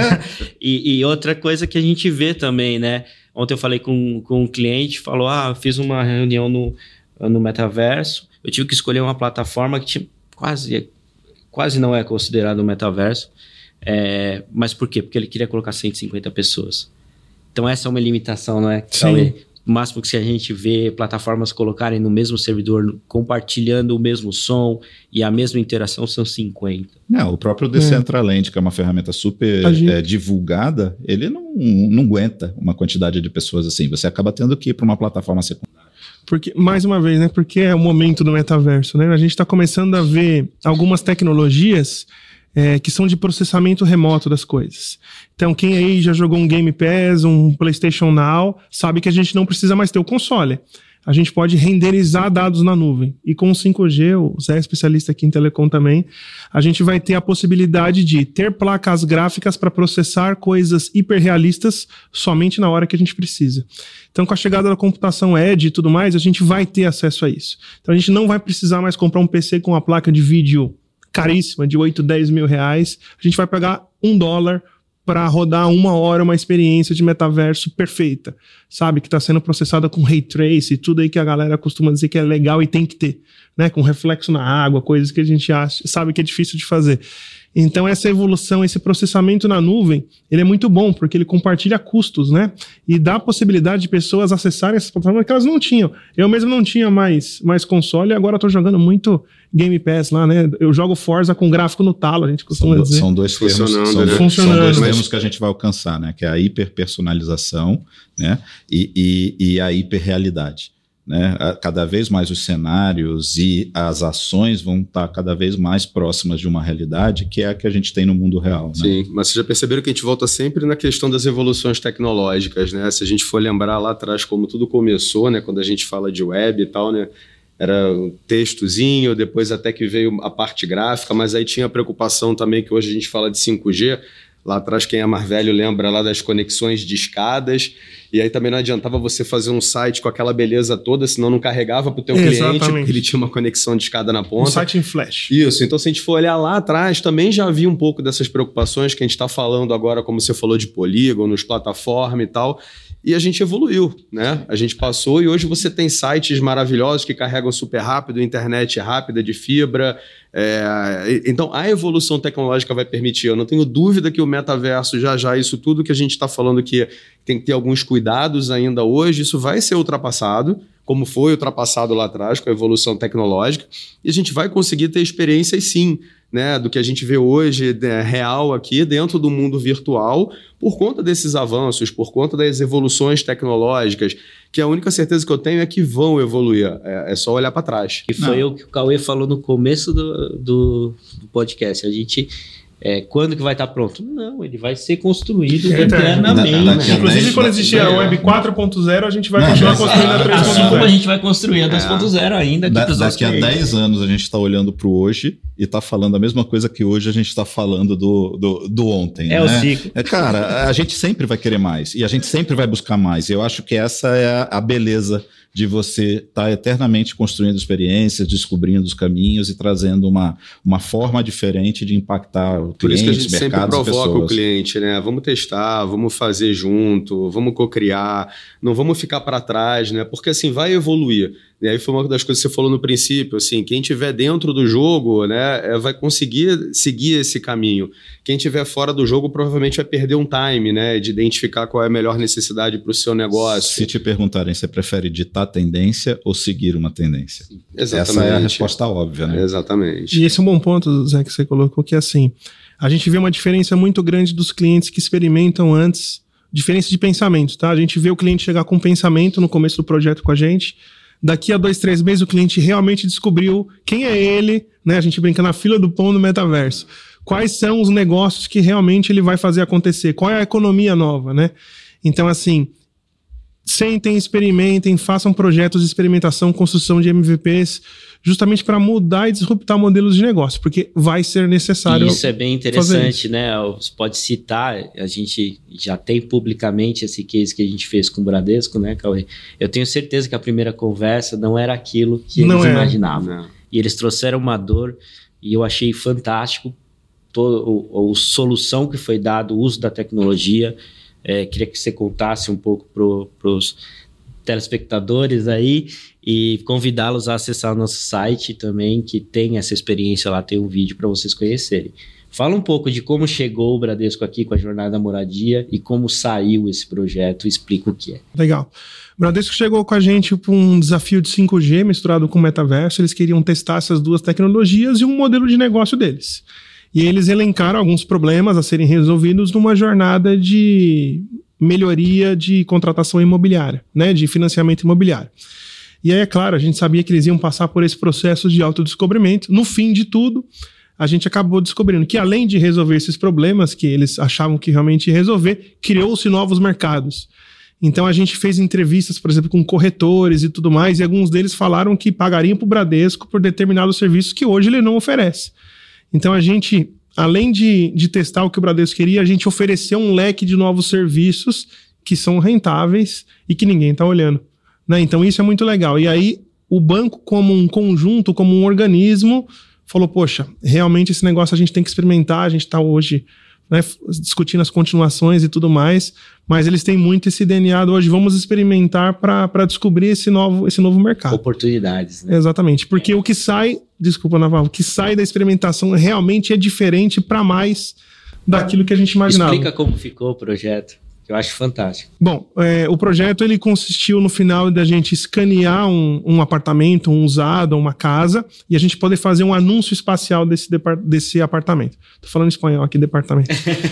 A: E outra coisa que a gente vê também, né? Ontem eu falei com um cliente, falou, eu fiz uma reunião no metaverso, eu tive que escolher uma plataforma que tinha quase não é considerado um metaverso. Mas por quê? Porque ele queria colocar 150 pessoas. Então essa é uma limitação, não é?
B: Sim.
A: O máximo que a gente vê plataformas colocarem no mesmo servidor, compartilhando o mesmo som e a mesma interação, são 50.
C: O próprio Decentraland, que é uma ferramenta super divulgada, ele não aguenta uma quantidade de pessoas assim. Você acaba tendo que ir para uma plataforma secundária.
B: Porque, mais uma vez, né? Porque é o momento do metaverso, né? A gente está começando a ver algumas tecnologias que são de processamento remoto das coisas. Então, quem aí já jogou um Game Pass, um PlayStation Now, sabe que a gente não precisa mais ter o console. A gente pode renderizar dados na nuvem. E com o 5G, o Zé é especialista aqui em telecom também, a gente vai ter a possibilidade de ter placas gráficas para processar coisas hiperrealistas somente na hora que a gente precisa. Então, com a chegada da computação Edge e tudo mais, a gente vai ter acesso a isso. Então, a gente não vai precisar mais comprar um PC com uma placa de vídeo caríssima, de 8, 10 mil reais. A gente vai pagar $1 para rodar 1 hora uma experiência de metaverso perfeita, sabe? Que está sendo processada com Ray Trace e tudo aí que a galera costuma dizer que é legal e tem que ter, né? Com reflexo na água, coisas que a gente sabe que é difícil de fazer. Então essa evolução, esse processamento na nuvem, ele é muito bom, porque ele compartilha custos, né? E dá a possibilidade de pessoas acessarem essas plataformas que elas não tinham. Eu mesmo não tinha mais console, e agora eu tô jogando muito Game Pass lá, né? Eu jogo Forza com gráfico no talo, a gente costuma dizer.
C: São dois termos, são dois termos que a gente vai alcançar, né? Que é a hiperpersonalização, né? E a hiperrealidade. Né? Cada vez mais os cenários e as ações vão estar cada vez mais próximas de uma realidade que é a que a gente tem no mundo real. Né?
D: Sim, mas vocês já perceberam que a gente volta sempre na questão das evoluções tecnológicas, né? Se a gente for lembrar lá atrás como tudo começou, né? Quando a gente fala de web e tal, né? Era um textozinho, depois até que veio a parte gráfica, mas aí tinha a preocupação também que hoje a gente fala de 5G. Lá atrás, quem é mais velho lembra lá das conexões de escadas, e aí também não adiantava você fazer um site com aquela beleza toda, senão não carregava para o teu cliente, porque ele tinha uma conexão de escada na ponta.
B: Um site em flash.
D: Isso, então se a gente for olhar lá atrás, também já havia um pouco dessas preocupações que a gente está falando agora, como você falou, de polígonos, plataforma e tal, e a gente evoluiu, né? A gente passou e hoje você tem sites maravilhosos que carregam super rápido, internet rápida de fibra. Então a evolução tecnológica vai permitir. Eu não tenho dúvida que o metaverso, já isso tudo que a gente está falando que tem que ter alguns cuidados ainda hoje, isso vai ser ultrapassado, como foi ultrapassado lá atrás com a evolução tecnológica, e a gente vai conseguir ter experiências sim, né, do que a gente vê hoje real aqui dentro do mundo virtual, por conta desses avanços, por conta das evoluções tecnológicas, que a única certeza que eu tenho é que vão evoluir, é só olhar para trás.
A: E foi o que o Cauê falou no começo do podcast, a gente... quando que vai estar pronto? Não, ele vai ser construído eternamente.
B: Inclusive, quando existir a Web 4.0, a gente vai continuar construindo a 3.0.
A: Assim como a gente vai construir a 2.0 ainda.
C: Daqui a 10 anos a gente está olhando para o hoje e está falando a mesma coisa que hoje a gente está falando do ontem.
A: É, né? O ciclo.
C: Cara, a gente sempre vai querer mais e a gente sempre vai buscar mais. E eu acho que essa é a beleza de você estar eternamente construindo experiências, descobrindo os caminhos e trazendo uma forma diferente de impactar o cliente,
D: por isso que a gente sempre provoca
C: pessoas.
D: O cliente, né? Vamos testar, vamos fazer junto, vamos co-criar, não vamos ficar para trás, né? Porque assim, vai evoluir. E aí foi uma das coisas que você falou no princípio, assim, quem estiver dentro do jogo, né, vai conseguir seguir esse caminho. Quem estiver fora do jogo provavelmente vai perder um time, né, de identificar qual é a melhor necessidade para o seu negócio.
C: Se te perguntarem, você prefere ditar tendência ou seguir uma tendência?
D: Exatamente.
C: Essa é a resposta óbvia, né?
D: Exatamente.
B: E esse é um bom ponto, Zé, que você colocou, que é assim, a gente vê uma diferença muito grande dos clientes que experimentam antes, diferença de pensamento, tá? A gente vê o cliente chegar com um pensamento no começo do projeto com a gente. Daqui a 2-3 meses o cliente realmente descobriu quem é ele, né? A gente brinca na fila do pão do metaverso. Quais são os negócios que realmente ele vai fazer acontecer? Qual é a economia nova, né? Então, assim, sentem, experimentem, façam projetos de experimentação, construção de MVPs, justamente para mudar e disruptar modelos de negócio, porque vai ser necessário.
A: Isso é bem interessante, né? Você pode citar, a gente já tem publicamente esse case que a gente fez com o Bradesco, né, Cauê? Eu tenho certeza que a primeira conversa não era aquilo que eles imaginavam. Não. E eles trouxeram uma dor, e eu achei fantástico a solução que foi dado, o uso da tecnologia. Queria que você contasse um pouco para os telespectadores aí e convidá-los a acessar o nosso site também, que tem essa experiência lá, tem um vídeo para vocês conhecerem. Fala um pouco de como chegou o Bradesco aqui com a Jornada Moradia e como saiu esse projeto, explica o que é.
B: Legal. O Bradesco chegou com a gente para um desafio de 5G misturado com metaverso, eles queriam testar essas duas tecnologias e um modelo de negócio deles. E eles elencaram alguns problemas a serem resolvidos numa jornada de melhoria de contratação imobiliária, né, de financiamento imobiliário. E aí, é claro, a gente sabia que eles iam passar por esse processo de autodescobrimento. No fim de tudo, a gente acabou descobrindo que, além de resolver esses problemas que eles achavam que realmente ia resolver, criou-se novos mercados. Então, a gente fez entrevistas, por exemplo, com corretores e tudo mais, e alguns deles falaram que pagariam para o Bradesco por determinados serviços que hoje ele não oferece. Então, a gente, além de testar o que o Bradesco queria, a gente ofereceu um leque de novos serviços que são rentáveis e que ninguém está olhando, né? Então, isso é muito legal. E aí, o banco, como um conjunto, como um organismo, falou, poxa, realmente esse negócio a gente tem que experimentar, a gente está hoje né, discutindo as continuações e tudo mais, mas eles têm muito esse DNA hoje. Vamos experimentar para descobrir esse novo mercado.
A: Oportunidades, né?
B: Exatamente, porque o que sai, desculpa, Navarro, o que sai da experimentação realmente é diferente para mais daquilo que a gente imaginava.
A: Explica como ficou o projeto, que eu acho fantástico.
B: Bom, o projeto ele consistiu no final da gente escanear um apartamento, um usado, uma casa, e a gente poder fazer um anúncio espacial desse apartamento. Tô falando espanhol aqui, departamento.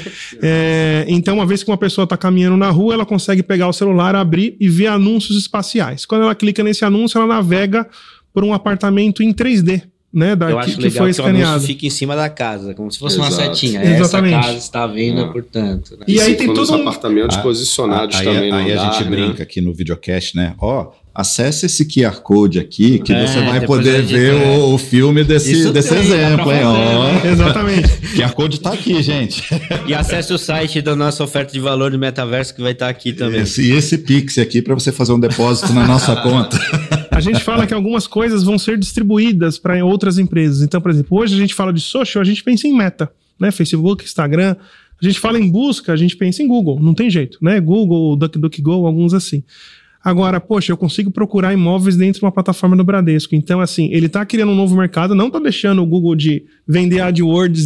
B: Então, uma vez que uma pessoa está caminhando na rua, ela consegue pegar o celular, abrir e ver anúncios espaciais. Quando ela clica nesse anúncio, ela navega por um apartamento em 3D. Né,
A: eu acho
B: que
A: legal
B: foi
A: que
B: escaneado.
A: o anúncio fica em cima da casa, como se fosse uma setinha.
B: Exatamente.
A: Essa casa está venda, portanto. Né?
B: E aí tem
D: todos
B: todo
D: os apartamentos posicionados também.
C: Aí a gente brinca aqui no videocast, né? Acesse esse QR Code aqui que você vai poder ver o filme desse exemplo, hein?
B: Exatamente.
C: QR Code tá aqui, gente.
A: E acesse o site da nossa oferta de valor do metaverso que vai estar aqui também.
C: Esse Pix aqui para você fazer um depósito na nossa conta.
B: A gente fala que algumas coisas vão ser distribuídas para outras empresas. Então, por exemplo, hoje a gente fala de social, a gente pensa em Meta, né? Facebook, Instagram. A gente fala em busca, a gente pensa em Google. Não tem jeito, né? Google, DuckDuckGo, alguns assim. Agora, poxa, eu consigo procurar imóveis dentro de uma plataforma do Bradesco. Então, assim, ele está criando um novo mercado, não está deixando o Google de vender AdWords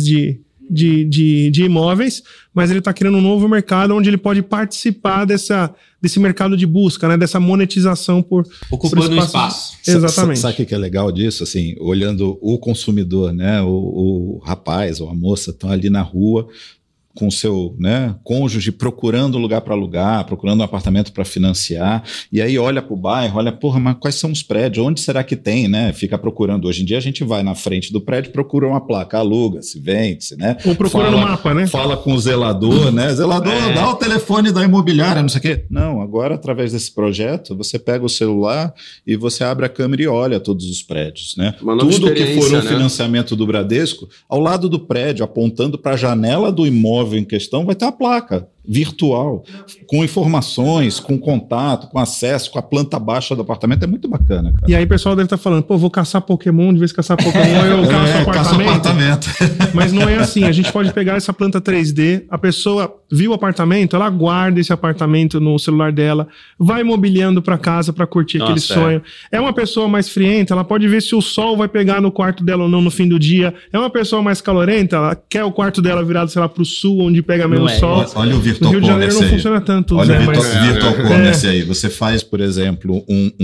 B: de imóveis, mas ele está criando um novo mercado onde ele pode participar desse mercado de busca, né? Dessa monetização
A: ocupando o espaço.
B: Exatamente.
C: Sabe o que é legal disso? Assim, olhando o consumidor, né? O rapaz ou a moça estão ali na rua com o seu, né, cônjuge procurando lugar para alugar, procurando um apartamento para financiar, e aí olha para o bairro, olha, porra, mas quais são os prédios? Onde será que tem, né? Fica procurando. Hoje em dia a gente vai na frente do prédio, procura uma placa, aluga-se, vende-se, né?
B: Ou procura no mapa, né?
C: Fala com o zelador, né? Zelador, dá o telefone da imobiliária, não sei o quê. Não, agora através desse projeto, você pega o celular e você abre a câmera e olha todos os prédios, né? Tudo que for um financiamento do Bradesco, ao lado do prédio, apontando para a janela do imóvel em questão, vai ter uma placa virtual, com informações, com contato, com acesso, com a planta baixa do apartamento. É muito bacana, cara.
B: E aí o pessoal deve estar falando, vou caçar Pokémon, de vez caçar Pokémon, eu caço apartamento. Mas não é assim, a gente pode pegar essa planta 3D, a pessoa viu o apartamento, ela guarda esse apartamento no celular dela, vai mobiliando para casa para curtir aquele sonho. É uma pessoa mais frienta, ela pode ver se o sol vai pegar no quarto dela ou não no fim do dia. É uma pessoa mais calorenta, ela quer o quarto dela virado, sei lá, pro sul, onde pega menos sol.
C: Olha o Virtual
B: no Rio de Janeiro não funciona tanto.
C: Olha o Virtual Commerce aí. Você faz, por exemplo,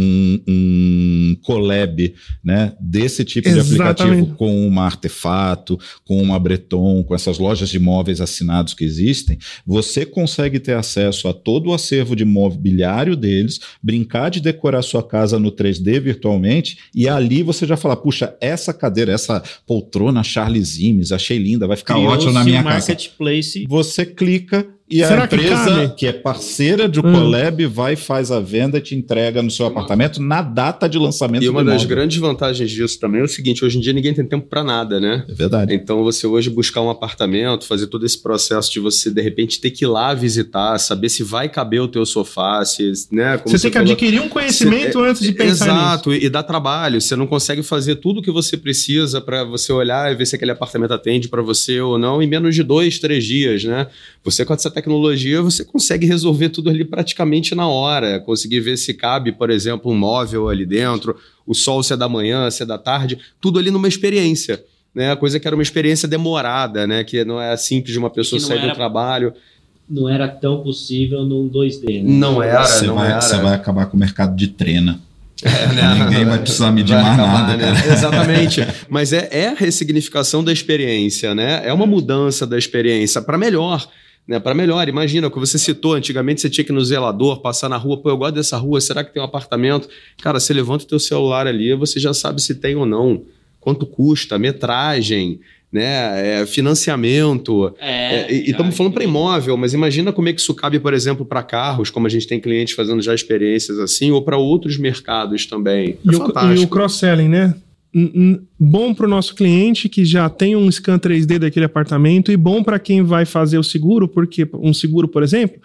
C: um collab, né, desse tipo de aplicativo com uma Artefato, com uma Breton, com essas lojas de imóveis assinados que existem. Você consegue ter acesso a todo o acervo de mobiliário deles, brincar de decorar sua casa no 3D virtualmente, e ali você já fala, puxa, essa cadeira, essa poltrona Charles Imes, achei linda, vai ficar ótimo na minha casa.
A: Marketplace.
C: Você clica e
B: Será
C: a empresa que é parceira do collab vai, faz a venda e te entrega no seu apartamento na data de lançamento do imóvel.
D: E uma das grandes vantagens disso também é o seguinte, hoje em dia ninguém tem tempo para nada, né?
C: É verdade.
D: Então você hoje buscar um apartamento, fazer todo esse processo de você de repente ter que ir lá visitar, saber se vai caber o teu sofá, se, né? Como
B: você tem que adquirir um conhecimento antes de pensar nisso.
D: Exato, e dá trabalho, você não consegue fazer tudo o que você precisa para você olhar e ver se aquele apartamento atende para você ou não em menos de 2, 3 dias, né? Você com essa tecnologia, você consegue resolver tudo ali praticamente na hora, conseguir ver se cabe, por exemplo, um móvel ali dentro, o sol se é da manhã, se é da tarde, tudo ali numa experiência, né? A coisa que era uma experiência demorada, né? Que não é simples de uma pessoa sair do trabalho.
A: Não era tão possível no 2D, né?
D: Não era,
C: Você vai acabar com o mercado de trena.
B: Né?
C: Ninguém vai precisar medir mais nada, né?
D: Exatamente. Mas é a ressignificação da experiência, né? É uma mudança da experiência para melhor. Né, para melhor, imagina o que você citou, antigamente você tinha que ir no zelador, passar na rua, pô, eu gosto dessa rua, será que tem um apartamento? Cara, você levanta o teu celular ali, você já sabe se tem ou não, quanto custa, metragem, né, financiamento, e estamos falando para imóvel, mas imagina como é que isso cabe, por exemplo, para carros, como a gente tem clientes fazendo já experiências assim, ou para outros mercados também.
B: E o cross-selling, né? Bom para o nosso cliente que já tem um scan 3D daquele apartamento e bom para quem vai fazer o seguro, porque um seguro, por exemplo,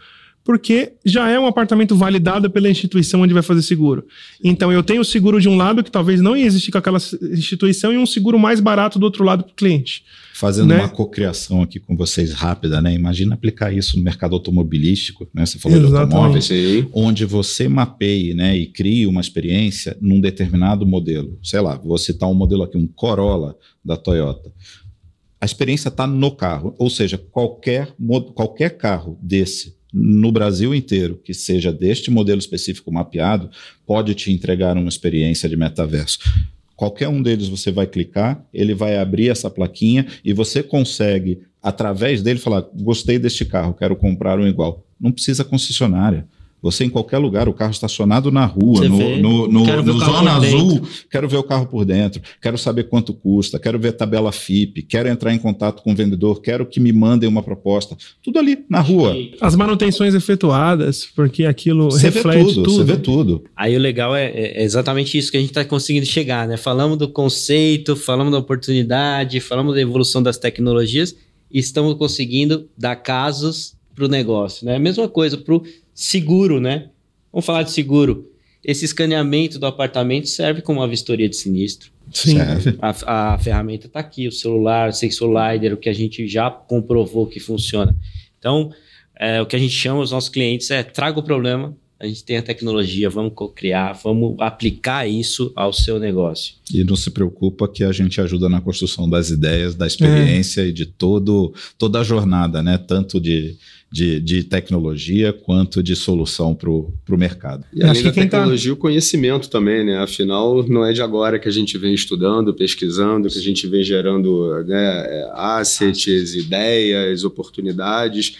B: porque já é um apartamento validado pela instituição onde vai fazer seguro. Então eu tenho o seguro de um lado que talvez não ia existir com aquela instituição e um seguro mais barato do outro lado para o cliente.
C: Fazendo uma cocriação aqui com vocês rápida, né? Imagina aplicar isso no mercado automobilístico, né? Você falou de automóveis, onde você mapeie, né, e crie uma experiência num determinado modelo. Sei lá, vou citar um modelo aqui, um Corolla da Toyota. A experiência está no carro, ou seja, qualquer carro desse no Brasil inteiro, que seja deste modelo específico mapeado, pode te entregar uma experiência de metaverso. Qualquer um deles você vai clicar, ele vai abrir essa plaquinha e você consegue, através dele, falar: gostei deste carro, quero comprar um igual. Não precisa concessionária. Você em qualquer lugar, o carro estacionado na rua, no Zona Azul, quero ver o carro por dentro, quero saber quanto custa, quero ver a tabela FIP, quero entrar em contato com o vendedor, quero que me mandem uma proposta. Tudo ali, na rua.
B: As manutenções efetuadas, porque aquilo reflete tudo.
C: Você vê tudo.
A: Aí o legal é exatamente isso que a gente está conseguindo chegar, né? Falamos do conceito, falamos da oportunidade, falamos da evolução das tecnologias e estamos conseguindo dar casos para o negócio, né? A mesma coisa para o seguro, né? Vamos falar de seguro. Esse escaneamento do apartamento serve como uma vistoria de sinistro.
B: Sim.
C: Serve.
A: A ferramenta está aqui, o celular, o Sensor LiDAR, o que a gente já comprovou que funciona. Então, o que a gente chama os nossos clientes traga o problema, a gente tem a tecnologia, vamos co-criar, vamos aplicar isso ao seu negócio.
C: E não se preocupa que a gente ajuda na construção das ideias, da experiência e de toda a jornada, né? Tanto de tecnologia quanto de solução para o mercado.
D: E além da tecnologia, o conhecimento também, né? Afinal, não é de agora que a gente vem estudando, pesquisando, que a gente vem gerando, né, assets, ideias, oportunidades.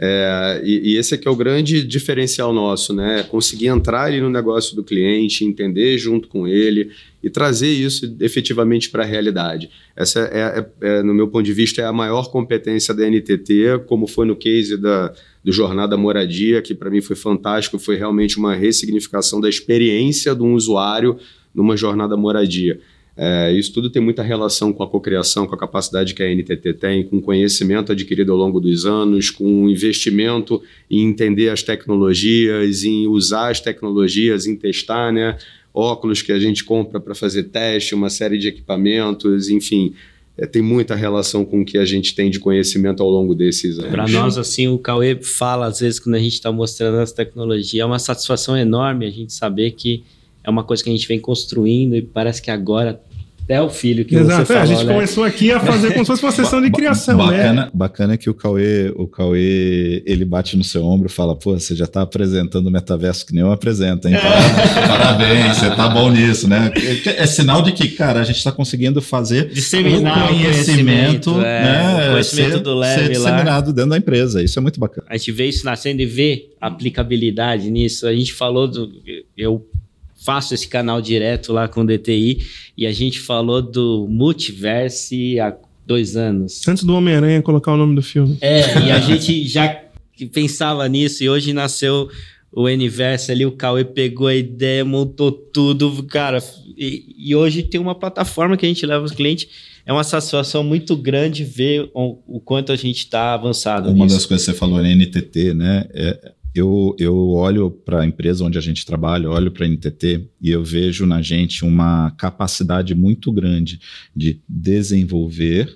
D: E esse aqui é o grande diferencial nosso, né? Conseguir entrar ali no negócio do cliente, entender junto com ele e trazer isso efetivamente para a realidade. Essa no meu ponto de vista, é a maior competência da NTT, como foi no case do Jornada Moradia, que para mim foi fantástico, foi realmente uma ressignificação da experiência de um usuário numa jornada moradia. Isso tudo tem muita relação com a cocriação, com a capacidade que a NTT tem, com o conhecimento adquirido ao longo dos anos, com o investimento em entender as tecnologias, em usar as tecnologias, em testar, né? Óculos que a gente compra para fazer teste, uma série de equipamentos, enfim, tem muita relação com o que a gente tem de conhecimento ao longo desses anos.
A: Para nós, assim, o Cauê fala, às vezes, quando a gente está mostrando essa tecnologia, é uma satisfação enorme a gente saber que é uma coisa que a gente vem construindo e parece que agora até o filho que você falou,
B: a gente começou aqui a fazer como se fosse uma sessão de criação,
C: Bacana que o Cauê, ele bate no seu ombro e fala: pô, você já está apresentando o metaverso que nem eu apresento, hein? Parabéns, você tá bom nisso, né? É sinal de que, cara, a gente está conseguindo fazer
A: disseminar o conhecimento,
C: né?
A: O conhecimento do Leve
C: ser disseminado dentro da empresa. Isso é muito bacana.
A: A gente vê isso nascendo e vê aplicabilidade nisso. A gente falou eu faço esse canal direto lá com o DTI e a gente falou do Multiverse há 2 anos.
B: Antes do Homem-Aranha colocar o nome do filme.
A: E a gente já pensava nisso e hoje nasceu o Universe ali, o Cauê pegou a ideia, montou tudo, cara, e hoje tem uma plataforma que a gente leva os clientes. É uma satisfação muito grande ver o quanto a gente está avançado nisso.
C: Uma das coisas que você falou na NTT, né, Eu olho para a empresa onde a gente trabalha, olho para a NTT e eu vejo na gente uma capacidade muito grande de desenvolver,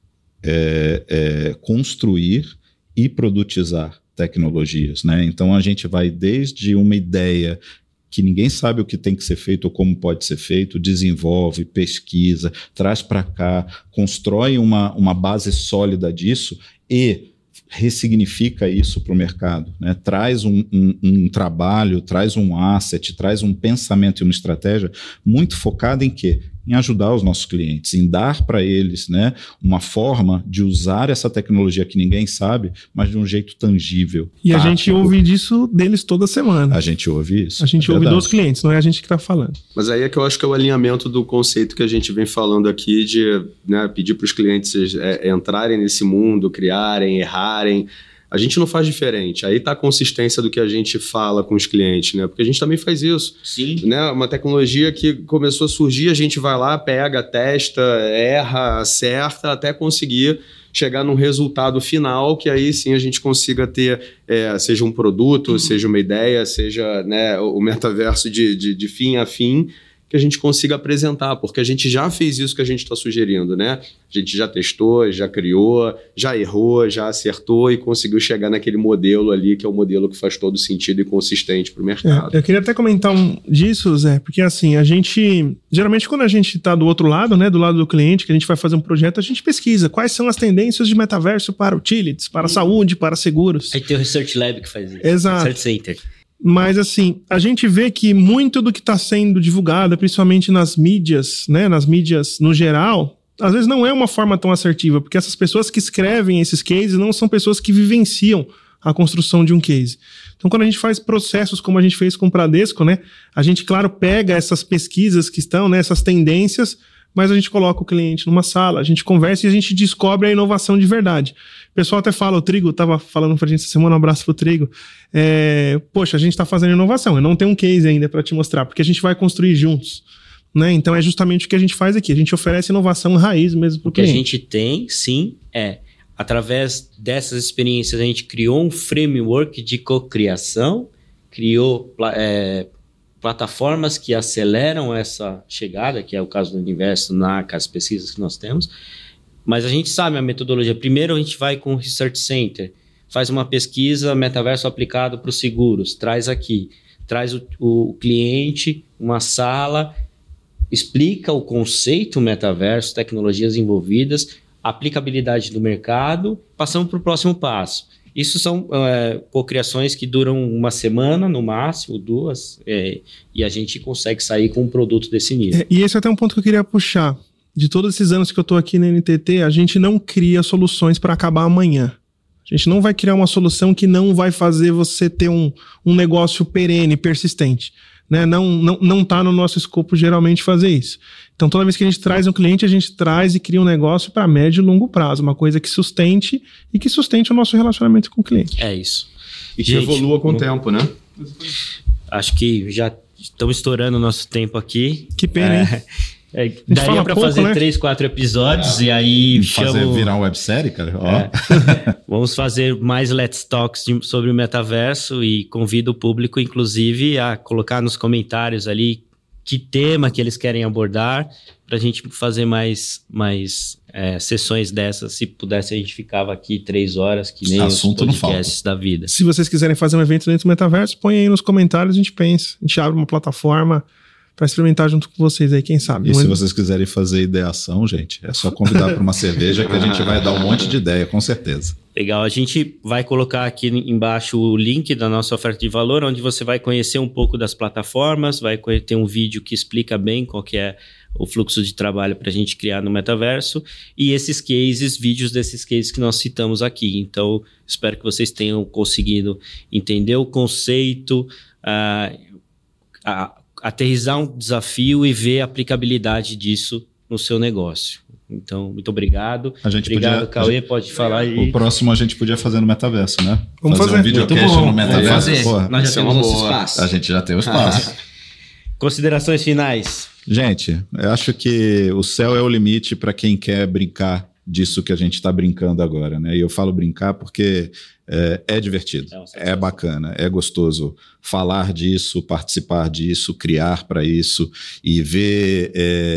C: construir e produtizar tecnologias, né? Então a gente vai desde uma ideia que ninguém sabe o que tem que ser feito ou como pode ser feito, desenvolve, pesquisa, traz para cá, constrói uma base sólida disso e ressignifica isso para o mercado, né? Traz um trabalho, traz um asset, traz um pensamento e uma estratégia muito focada em quê? Em ajudar os nossos clientes, em dar para eles, né, uma forma de usar essa tecnologia que ninguém sabe, mas de um jeito tangível.
B: E tático. A gente ouve disso deles toda semana.
C: A gente ouve isso.
B: A gente ouve dos clientes, não é a gente que está falando.
D: Mas aí é que eu acho que é o alinhamento do conceito que a gente vem falando aqui de, né, pedir para os clientes entrarem nesse mundo, criarem, errarem, A gente não faz diferente. Aí está a consistência do que a gente fala com os clientes, né? Porque a gente também faz isso.
A: Sim.
D: Né? Uma tecnologia que começou a surgir, a gente vai lá, pega, testa, erra, acerta, até conseguir chegar num resultado final que aí sim a gente consiga ter, seja um produto, seja uma ideia, seja, né, o metaverso de fim a fim, que a gente consiga apresentar, porque a gente já fez isso que a gente está sugerindo, né? A gente já testou, já criou, já errou, já acertou e conseguiu chegar naquele modelo ali, que é o modelo que faz todo sentido e consistente para o mercado.
B: Eu queria até comentar disso, Zé, porque assim, a gente, geralmente quando a gente está do outro lado, né, do lado do cliente, que a gente vai fazer um projeto, a gente pesquisa quais são as tendências de metaverso para utilities, para saúde, para seguros.
A: Aí tem o Research Lab que faz isso.
B: Exato.
A: Research Center.
B: Mas assim, a gente vê que muito do que está sendo divulgado, principalmente nas mídias, né, nas mídias no geral, às vezes não é uma forma tão assertiva, porque essas pessoas que escrevem esses cases não são pessoas que vivenciam a construção de um case. Então, quando a gente faz processos como a gente fez com o Bradesco, né, a gente, claro, pega essas pesquisas que estão, né, essas tendências, mas a gente coloca o cliente numa sala, a gente conversa e a gente descobre a inovação de verdade. O pessoal até fala, o Trigo estava falando pra gente essa semana, um abraço pro Trigo, poxa, a gente está fazendo inovação, eu não tenho um case ainda para te mostrar, porque a gente vai construir juntos. Né? Então é justamente o que a gente faz aqui, a gente oferece inovação raiz mesmo para o cliente.
A: O que a gente tem, sim, através dessas experiências, a gente criou um framework de cocriação, criou plataformas que aceleram essa chegada, que é o caso do Universo, NACA, as pesquisas que nós temos, mas a gente sabe a metodologia. Primeiro a gente vai com o Research Center, faz uma pesquisa, metaverso aplicado para os seguros, traz aqui, traz o cliente, uma sala, explica o conceito metaverso, tecnologias envolvidas, aplicabilidade do mercado, passamos para o próximo passo. Isso são cocriações que duram uma semana, no máximo, 2, e a gente consegue sair com um produto desse nível.
B: E esse é até um ponto que eu queria puxar. De todos esses anos que eu estou aqui na NTT, a gente não cria soluções para acabar amanhã. A gente não vai criar uma solução que não vai fazer você ter um negócio perene, persistente. Né? Não está no nosso escopo geralmente fazer isso. Então, toda vez que a gente traz um cliente, a gente traz e cria um negócio para médio e longo prazo. Uma coisa que sustente o nosso relacionamento com o cliente.
A: É isso.
D: E que evolua com o tempo, né?
A: Acho que já estamos estourando o nosso tempo aqui.
B: Que pena, hein?
A: Daria para fazer, né? 3, 4 episódios e aí
C: virar uma websérie, cara.
A: Vamos fazer mais Let's Talks sobre o metaverso e convido o público, inclusive, a colocar nos comentários ali que tema que eles querem abordar para a gente fazer mais sessões dessas. Se pudesse, a gente ficava aqui 3 horas, que nem
C: assunto
A: os podcasts da vida.
B: Se vocês quiserem fazer um evento dentro do metaverso, põe aí nos comentários, a gente pensa. A gente abre uma plataforma para experimentar junto com vocês aí, quem sabe.
C: E se vocês quiserem fazer ideação, gente, é só convidar para uma cerveja que a gente vai dar um monte de ideia, com certeza.
A: Legal, a gente vai colocar aqui embaixo o link da nossa oferta de valor, onde você vai conhecer um pouco das plataformas, vai ter um vídeo que explica bem qual que é o fluxo de trabalho para a gente criar no metaverso e esses cases, vídeos desses cases que nós citamos aqui. Então, espero que vocês tenham conseguido entender o conceito, aterrissar um desafio e ver a aplicabilidade disso no seu negócio. Então, muito obrigado. Obrigado, Cauê, pode falar aí.
C: O próximo a gente podia fazer no metaverso, né?
B: Vamos fazer
C: um videocast no metaverso.
A: Nós já temos nosso espaço.
C: A gente já tem o espaço.
A: Considerações finais.
C: Gente, eu acho que o céu é o limite para quem quer brincar disso que a gente está brincando agora, né? E eu falo brincar porque é divertido, é bacana, é gostoso falar disso, participar disso, criar para isso e ver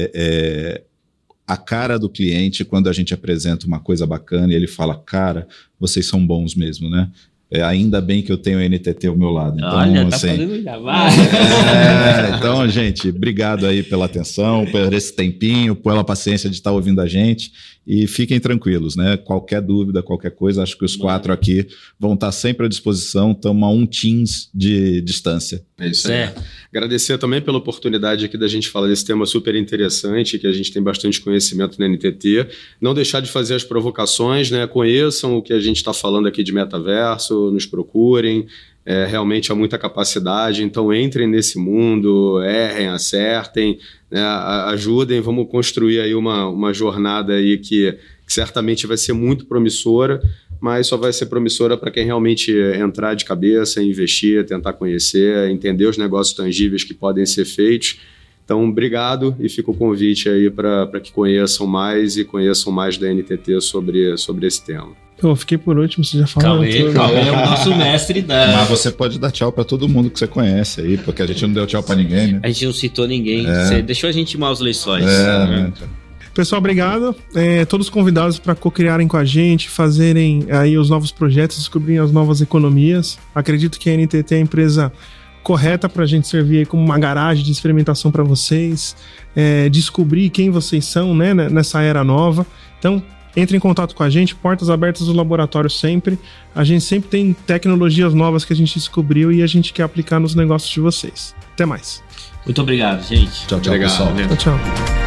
C: a cara do cliente quando a gente apresenta uma coisa bacana e ele fala, cara, vocês são bons mesmo, né? Ainda bem que eu tenho a NTT ao meu lado. Então,
A: olha, tá fazendo jabá.
C: Então, gente, obrigado aí pela atenção, por esse tempinho, pela paciência de estar ouvindo a gente e fiquem tranquilos, né? Qualquer dúvida, qualquer coisa, acho que os 4 aqui vão estar sempre à disposição, estamos a 1 Teams de distância.
D: É isso aí. Agradecer também pela oportunidade aqui da gente falar desse tema super interessante, que a gente tem bastante conhecimento na NTT. Não deixar de fazer as provocações, né? Conheçam o que a gente está falando aqui de metaverso, nos procurem. Realmente há muita capacidade, então entrem nesse mundo, errem, acertem, né? Ajudem, vamos construir aí uma jornada aí que certamente vai ser muito promissora, mas só vai ser promissora para quem realmente entrar de cabeça, investir, tentar conhecer, entender os negócios tangíveis que podem ser feitos. Então, obrigado e fica o convite aí para que conheçam mais e conheçam mais da NTT sobre esse tema.
B: Eu fiquei por último, você já falou.
A: Cauê é o nosso mestre da...
C: Mas você pode dar tchau pra todo mundo que você conhece aí, porque a gente não deu tchau pra ninguém, né?
A: A gente não citou ninguém. Você deixou a gente mal os lençóis.
C: Né?
B: Pessoal, obrigado. Todos convidados para co-criarem com a gente, fazerem aí os novos projetos, descobrirem as novas economias. Acredito que a NTT é a empresa correta para a gente servir aí como uma garagem de experimentação para vocês, descobrir quem vocês são, né, nessa era nova. Então, entre em contato com a gente, portas abertas do laboratório sempre. A gente sempre tem tecnologias novas que a gente descobriu e a gente quer aplicar nos negócios de vocês. Até mais.
A: Muito obrigado, gente.
C: Tchau, pessoal.
B: Tchau.